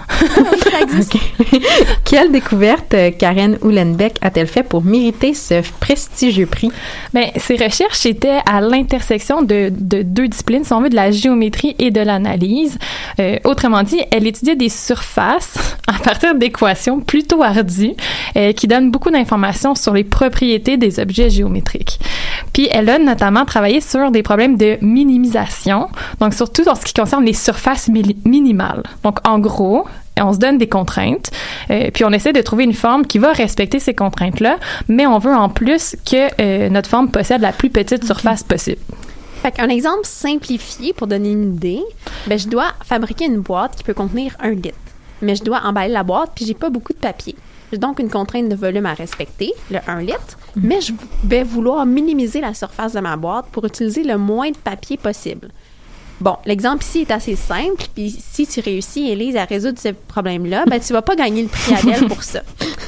Okay. Quelle découverte Karen Uhlenbeck a-t-elle fait pour mériter ce prestigieux prix? Ben, ses recherches étaient à l'intersection de deux disciplines, si on veut, de la géométrie et de l'analyse. Autrement dit, elle étudiait des surfaces à partir d'équations plutôt ardues qui donnent beaucoup d'informations sur les propriétés des objets géométriques. Puis elle a notamment travaillé sur des problèmes de minimisation, donc surtout en ce qui concerne les surfaces minimales. Donc en gros, on se donne des contraintes, puis on essaie de trouver une forme qui va respecter ces contraintes-là, mais on veut en plus que notre forme possède la plus petite surface possible. Fait qu'un exemple simplifié pour donner une idée, ben je dois fabriquer une boîte qui peut contenir 1 litre. Mais je dois emballer la boîte, puis j'ai pas beaucoup de papier. J'ai donc une contrainte de volume à respecter, le 1 litre, mais je vais vouloir minimiser la surface de ma boîte pour utiliser le moins de papier possible. Bon, l'exemple ici est assez simple, puis si tu réussis, Élise, à résoudre ce problème-là, ben tu vas pas gagner le prix Abel pour ça.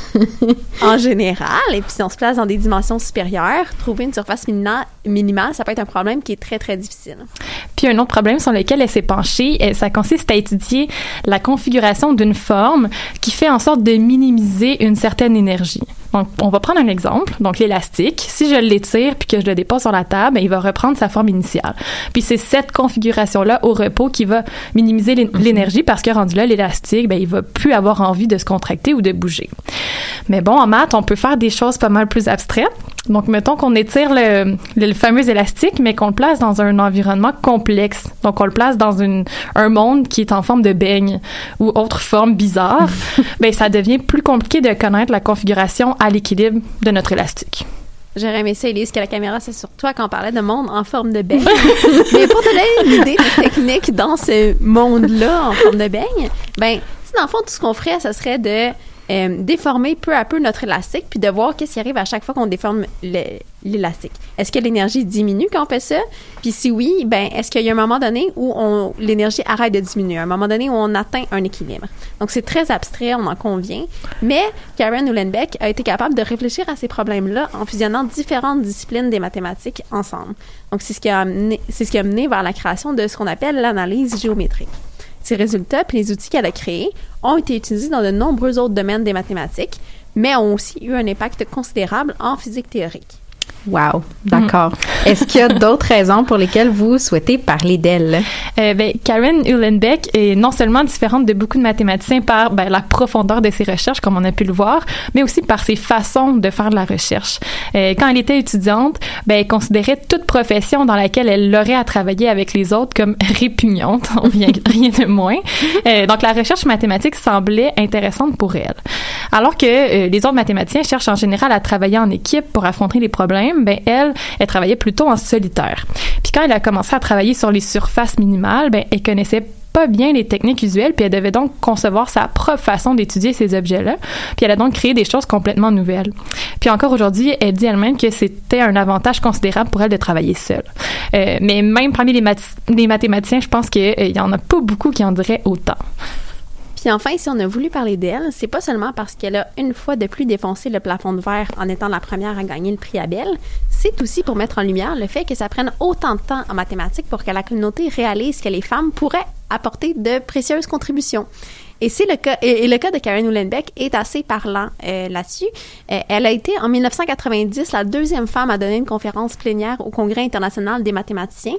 En général, et puis si on se place dans des dimensions supérieures, trouver une surface minimale, ça peut être un problème qui est très, très difficile. Puis un autre problème sur lequel elle s'est penchée, ça consiste à étudier la configuration d'une forme qui fait en sorte de minimiser une certaine énergie. Donc, on va prendre un exemple. Donc, l'élastique, si je l'étire puis que je le dépose sur la table, il va reprendre sa forme initiale. Puis c'est cette configuration-là au repos qui va minimiser l'énergie parce que rendu là, l'élastique, il va plus avoir envie de se contracter ou de bouger. Mais bon, en maths, on peut faire des choses pas mal plus abstraites. Donc, mettons qu'on étire le fameux élastique, mais qu'on le place dans un environnement complexe. Donc, on le place dans un monde qui est en forme de beigne ou autre forme bizarre. Ça devient plus compliqué de connaître la configuration à l'équilibre de notre élastique. J'aurais aimé ça, Élise, que la caméra c'est sur toi quand on parlait de monde en forme de beigne. Mais pour te donner une idée technique dans ce monde-là en forme de beigne, dans le fond, tout ce qu'on ferait, ça serait de déformer peu à peu notre élastique puis de voir qu'est-ce qui arrive à chaque fois qu'on déforme l'élastique. Est-ce que l'énergie diminue quand on fait ça? Puis si oui, est-ce qu'il y a un moment donné où l'énergie arrête de diminuer, un moment donné où on atteint un équilibre? Donc, c'est très abstrait, on en convient, mais Karen Uhlenbeck a été capable de réfléchir à ces problèmes-là en fusionnant différentes disciplines des mathématiques ensemble. Donc, c'est ce qui a mené vers la création de ce qu'on appelle l'analyse géométrique. Ces résultats puis les outils qu'elle a créés ont été utilisés dans de nombreux autres domaines des mathématiques, mais ont aussi eu un impact considérable en physique théorique. Wow, d'accord. Est-ce qu'il y a d'autres raisons pour lesquelles vous souhaitez parler d'elle? Karen Uhlenbeck est non seulement différente de beaucoup de mathématiciens par la profondeur de ses recherches, comme on a pu le voir, mais aussi par ses façons de faire de la recherche. Quand elle était étudiante, elle considérait toute profession dans laquelle elle aurait à travailler avec les autres comme répugnante, rien de moins. Donc, la recherche mathématique semblait intéressante pour elle. Alors que les autres mathématiciens cherchent en général à travailler en équipe pour affronter les problèmes, elle travaillait plutôt en solitaire. Puis quand elle a commencé à travailler sur les surfaces minimales, elle connaissait pas bien les techniques usuelles, puis elle devait donc concevoir sa propre façon d'étudier ces objets-là. Puis elle a donc créé des choses complètement nouvelles. Puis encore aujourd'hui, elle dit elle-même que c'était un avantage considérable pour elle de travailler seule. Mais même parmi les mathématiciens, je pense qu'il y en a pas beaucoup qui en diraient autant. Puis enfin, si on a voulu parler d'elle, c'est pas seulement parce qu'elle a une fois de plus défoncé le plafond de verre en étant la première à gagner le prix Abel, c'est aussi pour mettre en lumière le fait que ça prenne autant de temps en mathématiques pour que la communauté réalise que les femmes pourraient apporter de précieuses contributions. Et c'est le cas, et le cas de Karen Uhlenbeck est assez parlant là-dessus. Elle a été, en 1990, la deuxième femme à donner une conférence plénière au Congrès international des mathématiciens,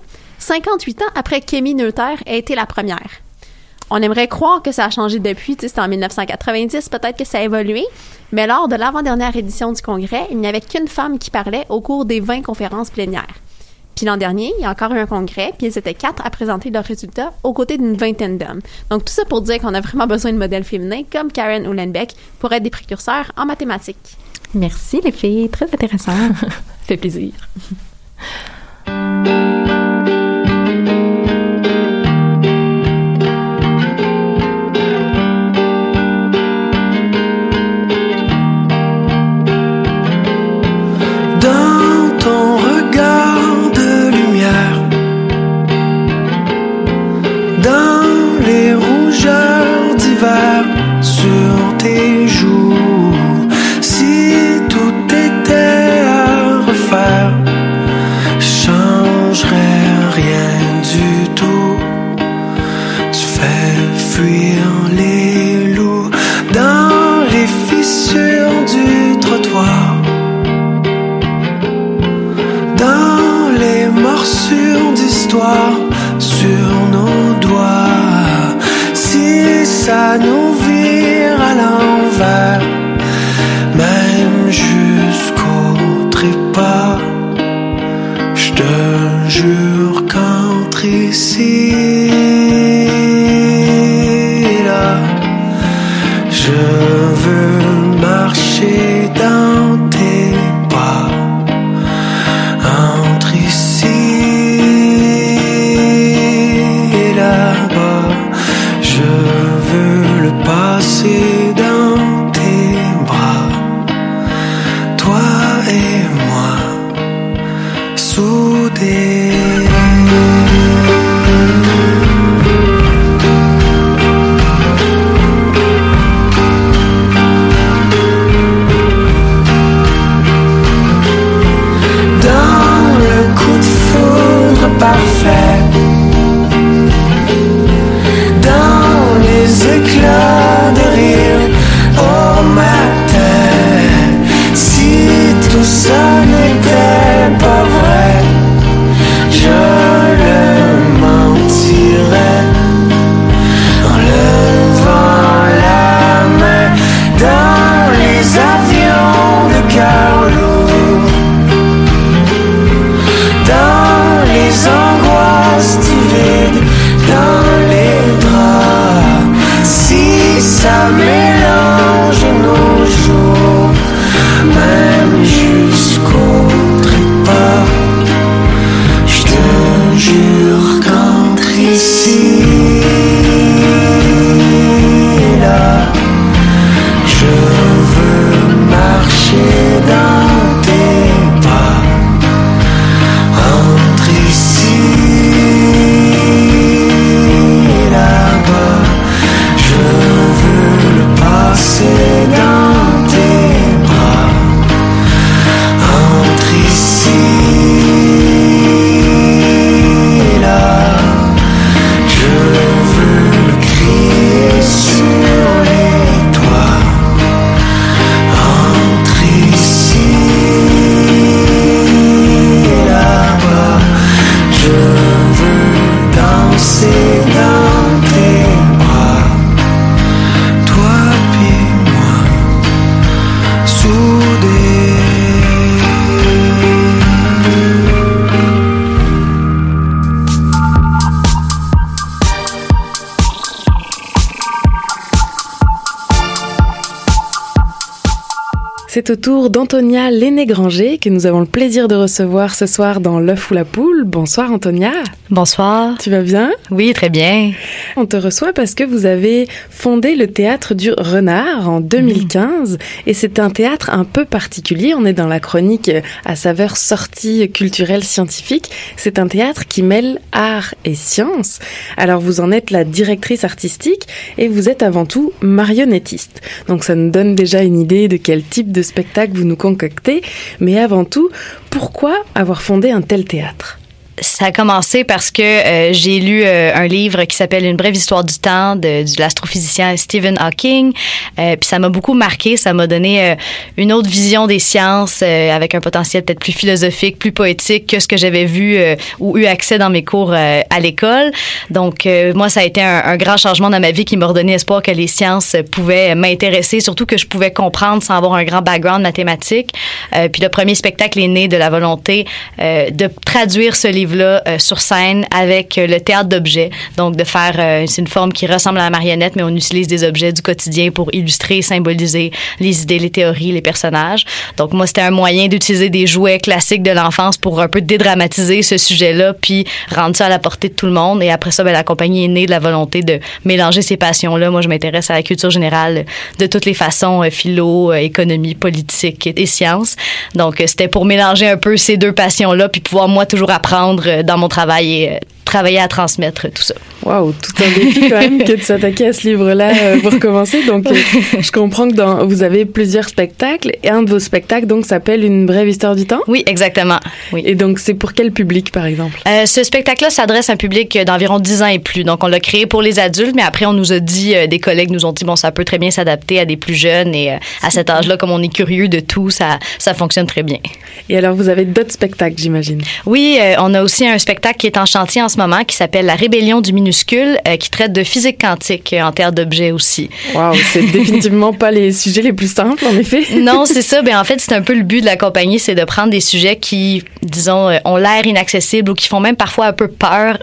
58 ans après qu'Emmy Noether a été la première. On aimerait croire que ça a changé depuis, c'était en 1990, peut-être que ça a évolué, mais lors de l'avant-dernière édition du Congrès, il n'y avait qu'une femme qui parlait au cours des 20 conférences plénières. Puis l'an dernier, il y a encore eu un congrès, puis ils étaient 4 à présenter leurs résultats aux côtés d'une vingtaine d'hommes. Donc tout ça pour dire qu'on a vraiment besoin de modèles féminins comme Karen Uhlenbeck pour être des précurseurs en mathématiques. Merci les filles, très intéressant. Ça fait plaisir. Sur tes joues, si tout était à refaire, changerait rien du tout. Tu fais fuir les loups dans les fissures du trottoir, dans les morsures d'histoire sur nos doigts. Si ça nous vire à l'envers, même jusqu'au trépas, je te jure qu'entre ici et là, Je veux marcher dans tes bras, entre ici et là-bas. Je veux le passer dans tes bras, toi et moi, soudés. Parfait. Dans les éclats de rire au matin, si tout ça n'était pas vrai, je le mentirais en levant la main. Dans les avions de cœur lourd, dans les angoisses du vide, dans les draps, si ça mélange nos jours, même jusqu'au trépas, je te jure qu'entre ici et là, je veux marcher dans tes pas. Entre ici et là-bas, je veux le passer dans tes bras. Entre ici et là, je veux le crier sur les toits. Entre ici et là-bas, je veux danser dans tes bras, toi puis moi, soudés. C'est au tour d'Antonia Lenné-Granger que nous avons le plaisir de recevoir ce soir dans L'œuf ou la poule. Bonsoir Antonia. Bonsoir. Tu vas bien? Oui, très bien. On te reçoit parce que vous avez fondé le Théâtre du Renard en 2015 et c'est un théâtre un peu particulier. On est dans la chronique à saveur sortie culturelle scientifique. C'est un théâtre qui mêle art et science. Alors vous en êtes la directrice artistique et vous êtes avant tout marionnettiste. Donc ça nous donne déjà une idée de quel type de spectacle vous nous concoctez. Mais avant tout, pourquoi avoir fondé un tel théâtre? Ça a commencé parce que j'ai lu un livre qui s'appelle Une brève histoire du temps de l'astrophysicien Stephen Hawking. Puis ça m'a beaucoup marqué. Ça m'a donné une autre vision des sciences avec un potentiel peut-être plus philosophique, plus poétique que ce que j'avais vu ou eu accès dans mes cours à l'école. Donc, moi, ça a été un grand changement dans ma vie qui m'a redonné espoir que les sciences pouvaient m'intéresser, surtout que je pouvais comprendre sans avoir un grand background mathématique. Puis le premier spectacle est né de la volonté de traduire ce livre-là sur scène avec le théâtre d'objets. Donc, de faire, c'est une forme qui ressemble à la marionnette, mais on utilise des objets du quotidien pour illustrer, symboliser les idées, les théories, les personnages. Donc, moi, c'était un moyen d'utiliser des jouets classiques de l'enfance pour un peu dédramatiser ce sujet-là, puis rendre ça à la portée de tout le monde. Et après ça, ben, la compagnie est née de la volonté de mélanger ces passions-là. Moi, je m'intéresse à la culture générale de toutes les façons, philo, économie, politique et sciences. Donc, c'était pour mélanger un peu ces deux passions-là, puis pouvoir, moi, toujours apprendre dans mon travail et travailler à transmettre tout ça. Waouh, tout un défi quand même que de s'attaquer à ce livre-là pour commencer. Donc, je comprends que vous avez plusieurs spectacles et un de vos spectacles donc s'appelle Une brève histoire du temps. Oui, exactement. Oui. Et donc, c'est pour quel public, par exemple? Ce spectacle-là s'adresse à un public d'environ 10 ans et plus. Donc, on l'a créé pour les adultes, mais après, on nous a dit, des collègues nous ont dit, bon, ça peut très bien s'adapter à des plus jeunes et à cet âge-là, comme on est curieux de tout, ça fonctionne très bien. Et alors, vous avez d'autres spectacles, j'imagine? Oui, on a aussi un spectacle qui est en chantier en ce moment moment qui s'appelle La rébellion du minuscule, qui traite de physique quantique en théâtre d'objets aussi. Wow, c'est définitivement pas les sujets les plus simples, en effet. Non, c'est ça. En fait, c'est un peu le but de la compagnie, c'est de prendre des sujets qui, disons, ont l'air inaccessibles ou qui font même parfois un peu peur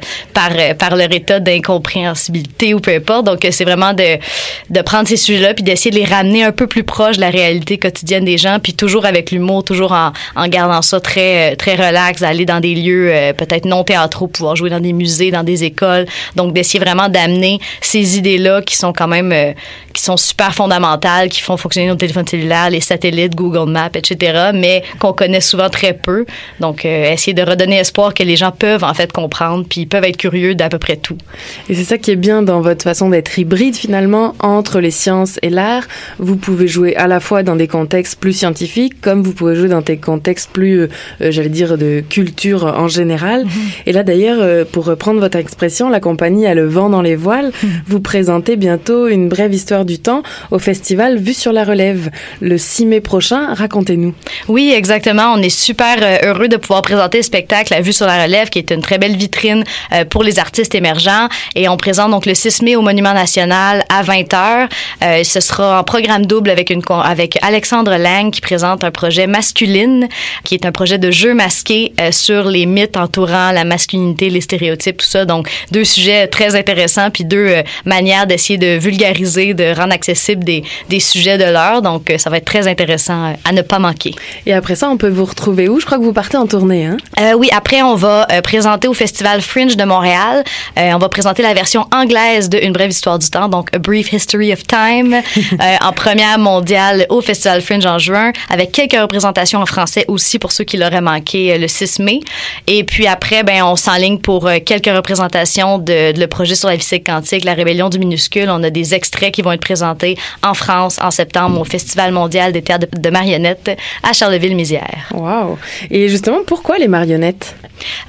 par leur état d'incompréhensibilité ou peu importe. Donc, c'est vraiment de prendre ces sujets-là puis d'essayer de les ramener un peu plus proche de la réalité quotidienne des gens, puis toujours avec l'humour, toujours en gardant ça très, très relax, d'aller dans des lieux peut-être non théâtraux, pouvoir jouer dans des musées, dans des écoles. Donc, d'essayer vraiment d'amener ces idées-là qui sont quand même qui sont super fondamentales, qui font fonctionner nos téléphones cellulaires, les satellites, Google Maps, etc., mais qu'on connaît souvent très peu. Donc, essayer de redonner espoir que les gens peuvent en fait comprendre, puis ils peuvent être curieux d'à peu près tout. Et c'est ça qui est bien dans votre façon d'être hybride finalement entre les sciences et l'art. Vous pouvez jouer à la fois dans des contextes plus scientifiques, comme vous pouvez jouer dans des contextes plus, j'allais dire, de culture en général. Et là d'ailleurs, pour reprendre votre expression, la compagnie a le vent dans les voiles. Vous présentez bientôt Une brève histoire du temps au festival Vue sur la Relève le 6 mai prochain. Racontez-nous. Oui, exactement. On est super heureux de pouvoir présenter le spectacle à Vue sur la Relève, qui est une très belle vitrine pour les artistes émergents. Et on présente donc le 6 mai au Monument National à 20h. Ce sera en programme double avec Alexandre Lang qui présente un projet Masculine, qui est un projet de jeu masqué sur les mythes entourant la masculinité, les stéréotypes, tout ça. Donc, 2 sujets très intéressants, puis 2 manières d'essayer de vulgariser, de rendre accessibles des sujets de l'heure. Donc, ça va être très intéressant à ne pas manquer. Et après ça, on peut vous retrouver où? Je crois que vous partez en tournée, hein? Oui, après, on va présenter au Festival Fringe de Montréal. On va présenter la version anglaise de Une brève histoire du temps, donc A Brief History of Time, en première mondiale au Festival Fringe en juin, avec quelques représentations en français aussi pour ceux qui l'auraient manqué le 6 mai. Et puis après, on s'enligne pour quelques représentations de le projet sur la physique quantique, La rébellion du minuscule. On a des extraits qui vont être présentés en France en septembre au Festival mondial des théâtres de marionnettes à Charleville-Mézières. Wow! Et justement, pourquoi les marionnettes?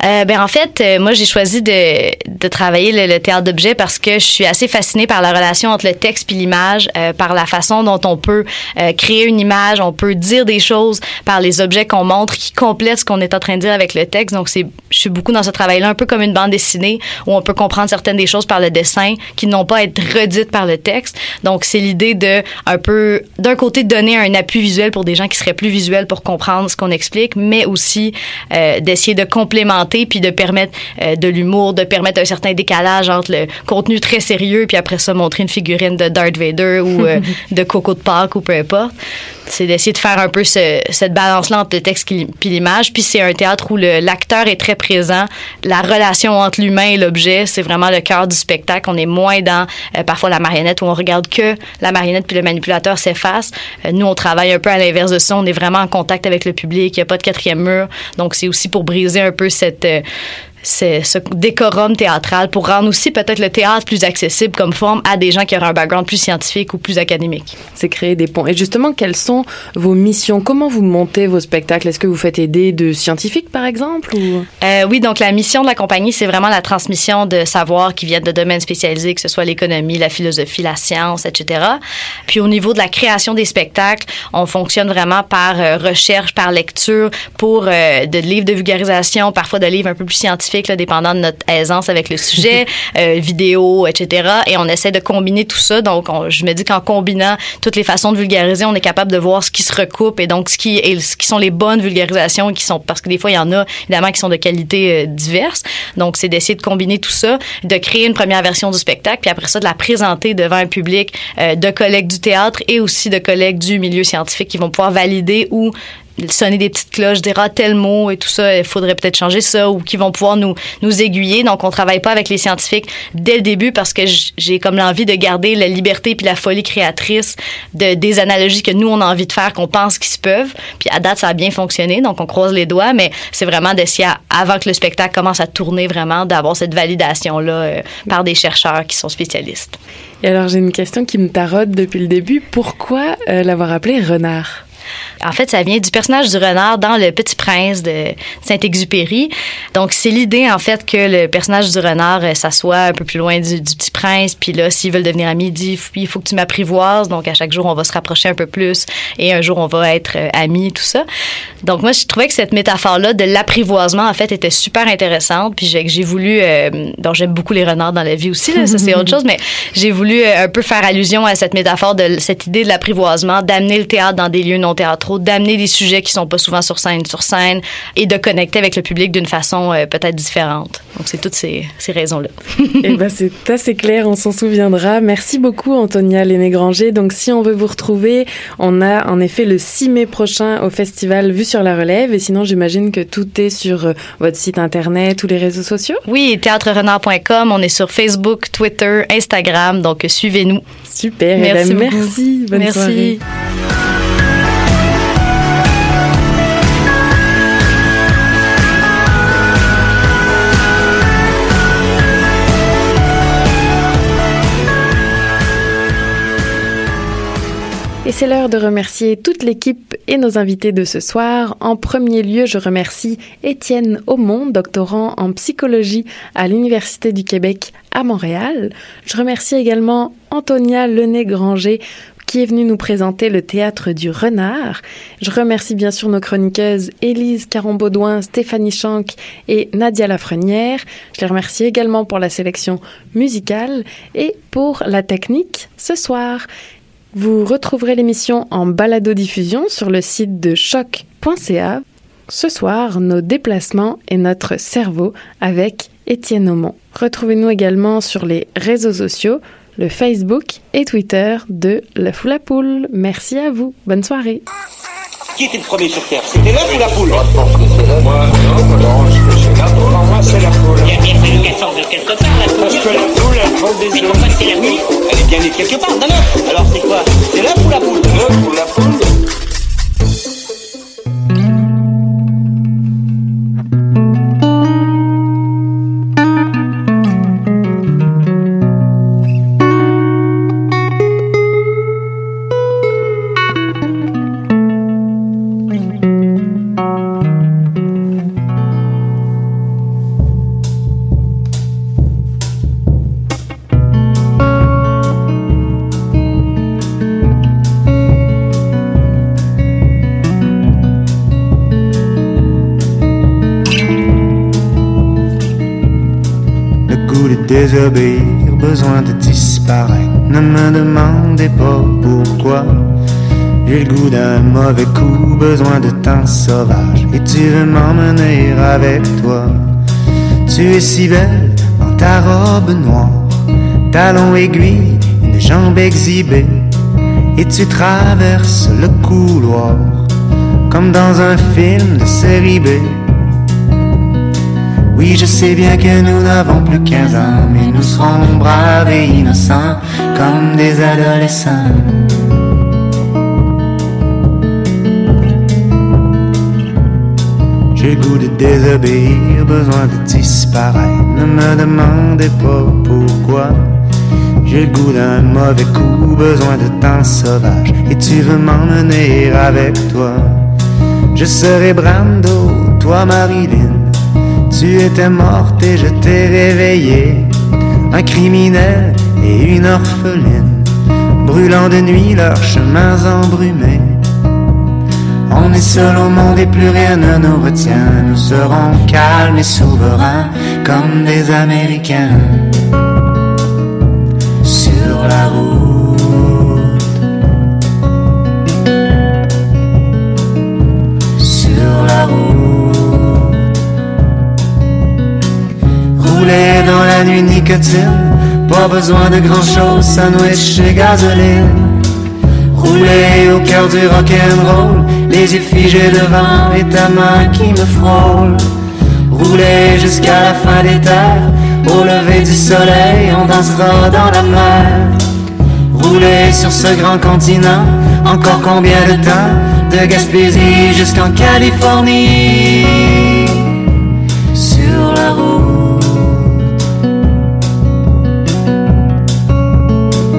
En fait, moi, j'ai choisi de travailler le théâtre d'objets parce que je suis assez fascinée par la relation entre le texte puis l'image, par la façon dont on peut créer une image, on peut dire des choses par les objets qu'on montre qui complètent ce qu'on est en train de dire avec le texte. Donc, je suis beaucoup dans ce travail-là, un peu comme une bande dessinée où on peut comprendre certaines des choses par le dessin qui n'ont pas à être redites par le texte. Donc, c'est l'idée de un peu, d'un côté, donner un appui visuel pour des gens qui seraient plus visuels pour comprendre ce qu'on explique, mais aussi d'essayer de complémenter puis de permettre de l'humour, de permettre un certain décalage entre le contenu très sérieux puis après ça montrer une figurine de Darth Vader ou de Coco de Pâques ou peu importe. C'est d'essayer de faire un peu cette balance-là entre le texte puis l'image. Puis c'est un théâtre où l'acteur est très présent. La relation entre l'humain et l'objet, c'est vraiment le cœur du spectacle. On est moins dans parfois la marionnette où on regarde que la marionnette puis le manipulateur s'efface. Nous, on travaille un peu à l'inverse de ça. On est vraiment en contact avec le public. Il n'y a pas de 4e mur. Donc, c'est aussi pour briser un peu ce décorum théâtral pour rendre aussi peut-être le théâtre plus accessible comme forme à des gens qui auraient un background plus scientifique ou plus académique. C'est créer des ponts. Et justement, quelles sont vos missions? Comment vous montez vos spectacles? Est-ce que vous faites aider de scientifiques, par exemple? Ou... oui, donc la mission de la compagnie, c'est vraiment la transmission de savoirs qui viennent de domaines spécialisés, que ce soit l'économie, la philosophie, la science, etc. Puis au niveau de la création des spectacles, on fonctionne vraiment par recherche, par lecture, pour de livres de vulgarisation, parfois de livres un peu plus scientifiques, là, dépendant de notre aisance avec le sujet, vidéo, etc. Et on essaie de combiner tout ça. Donc, je me dis qu'en combinant toutes les façons de vulgariser, on est capable de voir ce qui se recoupe et donc ce qui sont les bonnes vulgarisations parce que des fois, il y en a, évidemment, qui sont de qualité diverses. Donc, c'est d'essayer de combiner tout ça, de créer une première version du spectacle, puis après ça, de la présenter devant un public de collègues du théâtre et aussi de collègues du milieu scientifique qui vont pouvoir valider ou sonner des petites cloches, dire tel mot et tout ça, il faudrait peut-être changer ça, ou qui vont pouvoir nous aiguiller. Donc, on travaille pas avec les scientifiques dès le début parce que j'ai comme l'envie de garder la liberté puis la folie créatrice des analogies que nous, on a envie de faire, qu'on pense qu'ils se peuvent. Puis à date, ça a bien fonctionné, donc on croise les doigts, mais c'est vraiment d'essayer, avant que le spectacle commence à tourner vraiment, d'avoir cette validation-là par des chercheurs qui sont spécialistes. Et alors, j'ai une question qui me taraude depuis le début. Pourquoi l'avoir appelé Renard? En fait, ça vient du personnage du renard dans Le Petit Prince de Saint-Exupéry. Donc, c'est l'idée, en fait, que le personnage du renard s'assoit un peu plus loin du petit prince. Puis là, s'ils veulent devenir amis, il dit, il faut que tu m'apprivoises. Donc, à chaque jour, on va se rapprocher un peu plus. Et un jour, on va être amis, tout ça. Donc, moi, je trouvais que cette métaphore-là de l'apprivoisement, en fait, était super intéressante. Puis j'ai voulu... donc, j'aime beaucoup les renards dans la vie aussi, là, ça, c'est autre chose. Mais j'ai voulu un peu faire allusion à cette métaphore de cette idée de l'apprivoisement, d'amener le théâtre dans des lieux non théâtraux, d'amener des sujets qui sont pas souvent sur scène, et de connecter avec le public d'une façon peut-être différente. Donc, c'est toutes ces raisons-là. Eh ben, c'est assez clair, on s'en souviendra. Merci beaucoup, Antonia Lenné-Granger. Donc, si on veut vous retrouver, on a en effet le 6 mai prochain au festival Vue sur la Relève. Et sinon, j'imagine que tout est sur votre site Internet, tous les réseaux sociaux? Oui, théâtrerenard.com. On est sur Facebook, Twitter, Instagram. Donc, suivez-nous. Super. Merci beaucoup. Merci. Bonne soirée. Et c'est l'heure de remercier toute l'équipe et nos invités de ce soir. En premier lieu, je remercie Étienne Aumont, doctorant en psychologie à l'Université du Québec à Montréal. Je remercie également Antonia Lenné-Granger, qui est venue nous présenter le Théâtre du Renard. Je remercie bien sûr nos chroniqueuses Élise Caron-Baudouin, Stéphanie Schank et Nadia Lafrenière. Je les remercie également pour la sélection musicale et pour la technique ce soir. Vous retrouverez l'émission en balado-diffusion sur le site de choc.ca. Ce soir, nos déplacements et notre cerveau avec Étienne Aumont. Retrouvez-nous également sur les réseaux sociaux, le Facebook et Twitter de La Foule à Poule. Merci à vous. Bonne soirée. Qui était le premier sur Terre? C'était l'œuf ou la poule? Moi, je pense que c'est l'œuf. Moi, non, moi, je pense que c'est la poule. Moi, c'est la poule. Il y a bien fallu qu'elle sorte de quelque part, la poule. Parce que la poule, elle prend des œufs. Mais pourquoi c'est la nuit? Elle est bien née quelque part, d'un œuf. Alors c'est quoi? C'est l'œuf ou la poule? L'œuf ou la poule? Désobéir, besoin de disparaître. Ne me demandez pas pourquoi. J'ai le goût d'un mauvais coup, besoin de temps sauvage. Et tu veux m'emmener avec toi. Tu es si belle dans ta robe noire, talons aiguilles, une jambe exhibée. Et tu traverses le couloir comme dans un film de série B. Oui, je sais bien que nous n'avons plus 15 ans, mais nous serons braves et innocents comme des adolescents. J'ai le goût de désobéir, besoin de disparaître. Ne me demandez pas pourquoi. J'ai le goût d'un mauvais coup, besoin de temps sauvage. Et tu veux m'emmener avec toi. Je serai Brando, toi Marilyn. Tu étais morte et je t'ai réveillée, un criminel et une orpheline, brûlant de nuit leurs chemins embrumés. On est seul au monde et plus rien ne nous retient. Nous serons calmes et souverains comme des Américains. Sur la route, sur la route. Rouler dans la nuit nicotine, pas besoin de grand chose, sandwich et gasoline. Rouler au cœur du rock'n'roll, les yeux figés devant et ta main qui me frôle. Rouler jusqu'à la fin des terres, au lever du soleil, on dansera dans la mer. Rouler sur ce grand continent, encore combien de temps, de Gaspésie jusqu'en Californie. Sur la route,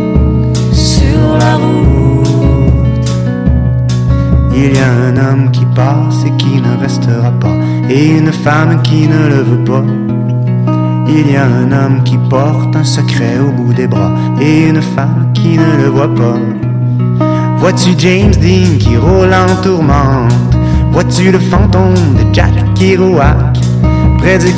il y a un homme qui passe et qui ne restera pas, et une femme qui ne le veut pas. Il y a un homme qui porte un secret au bout des bras, et une femme qui ne le voit pas. Vois-tu James Dean qui roule en tourmente? Vois-tu le fantôme de Jack Kerouac près du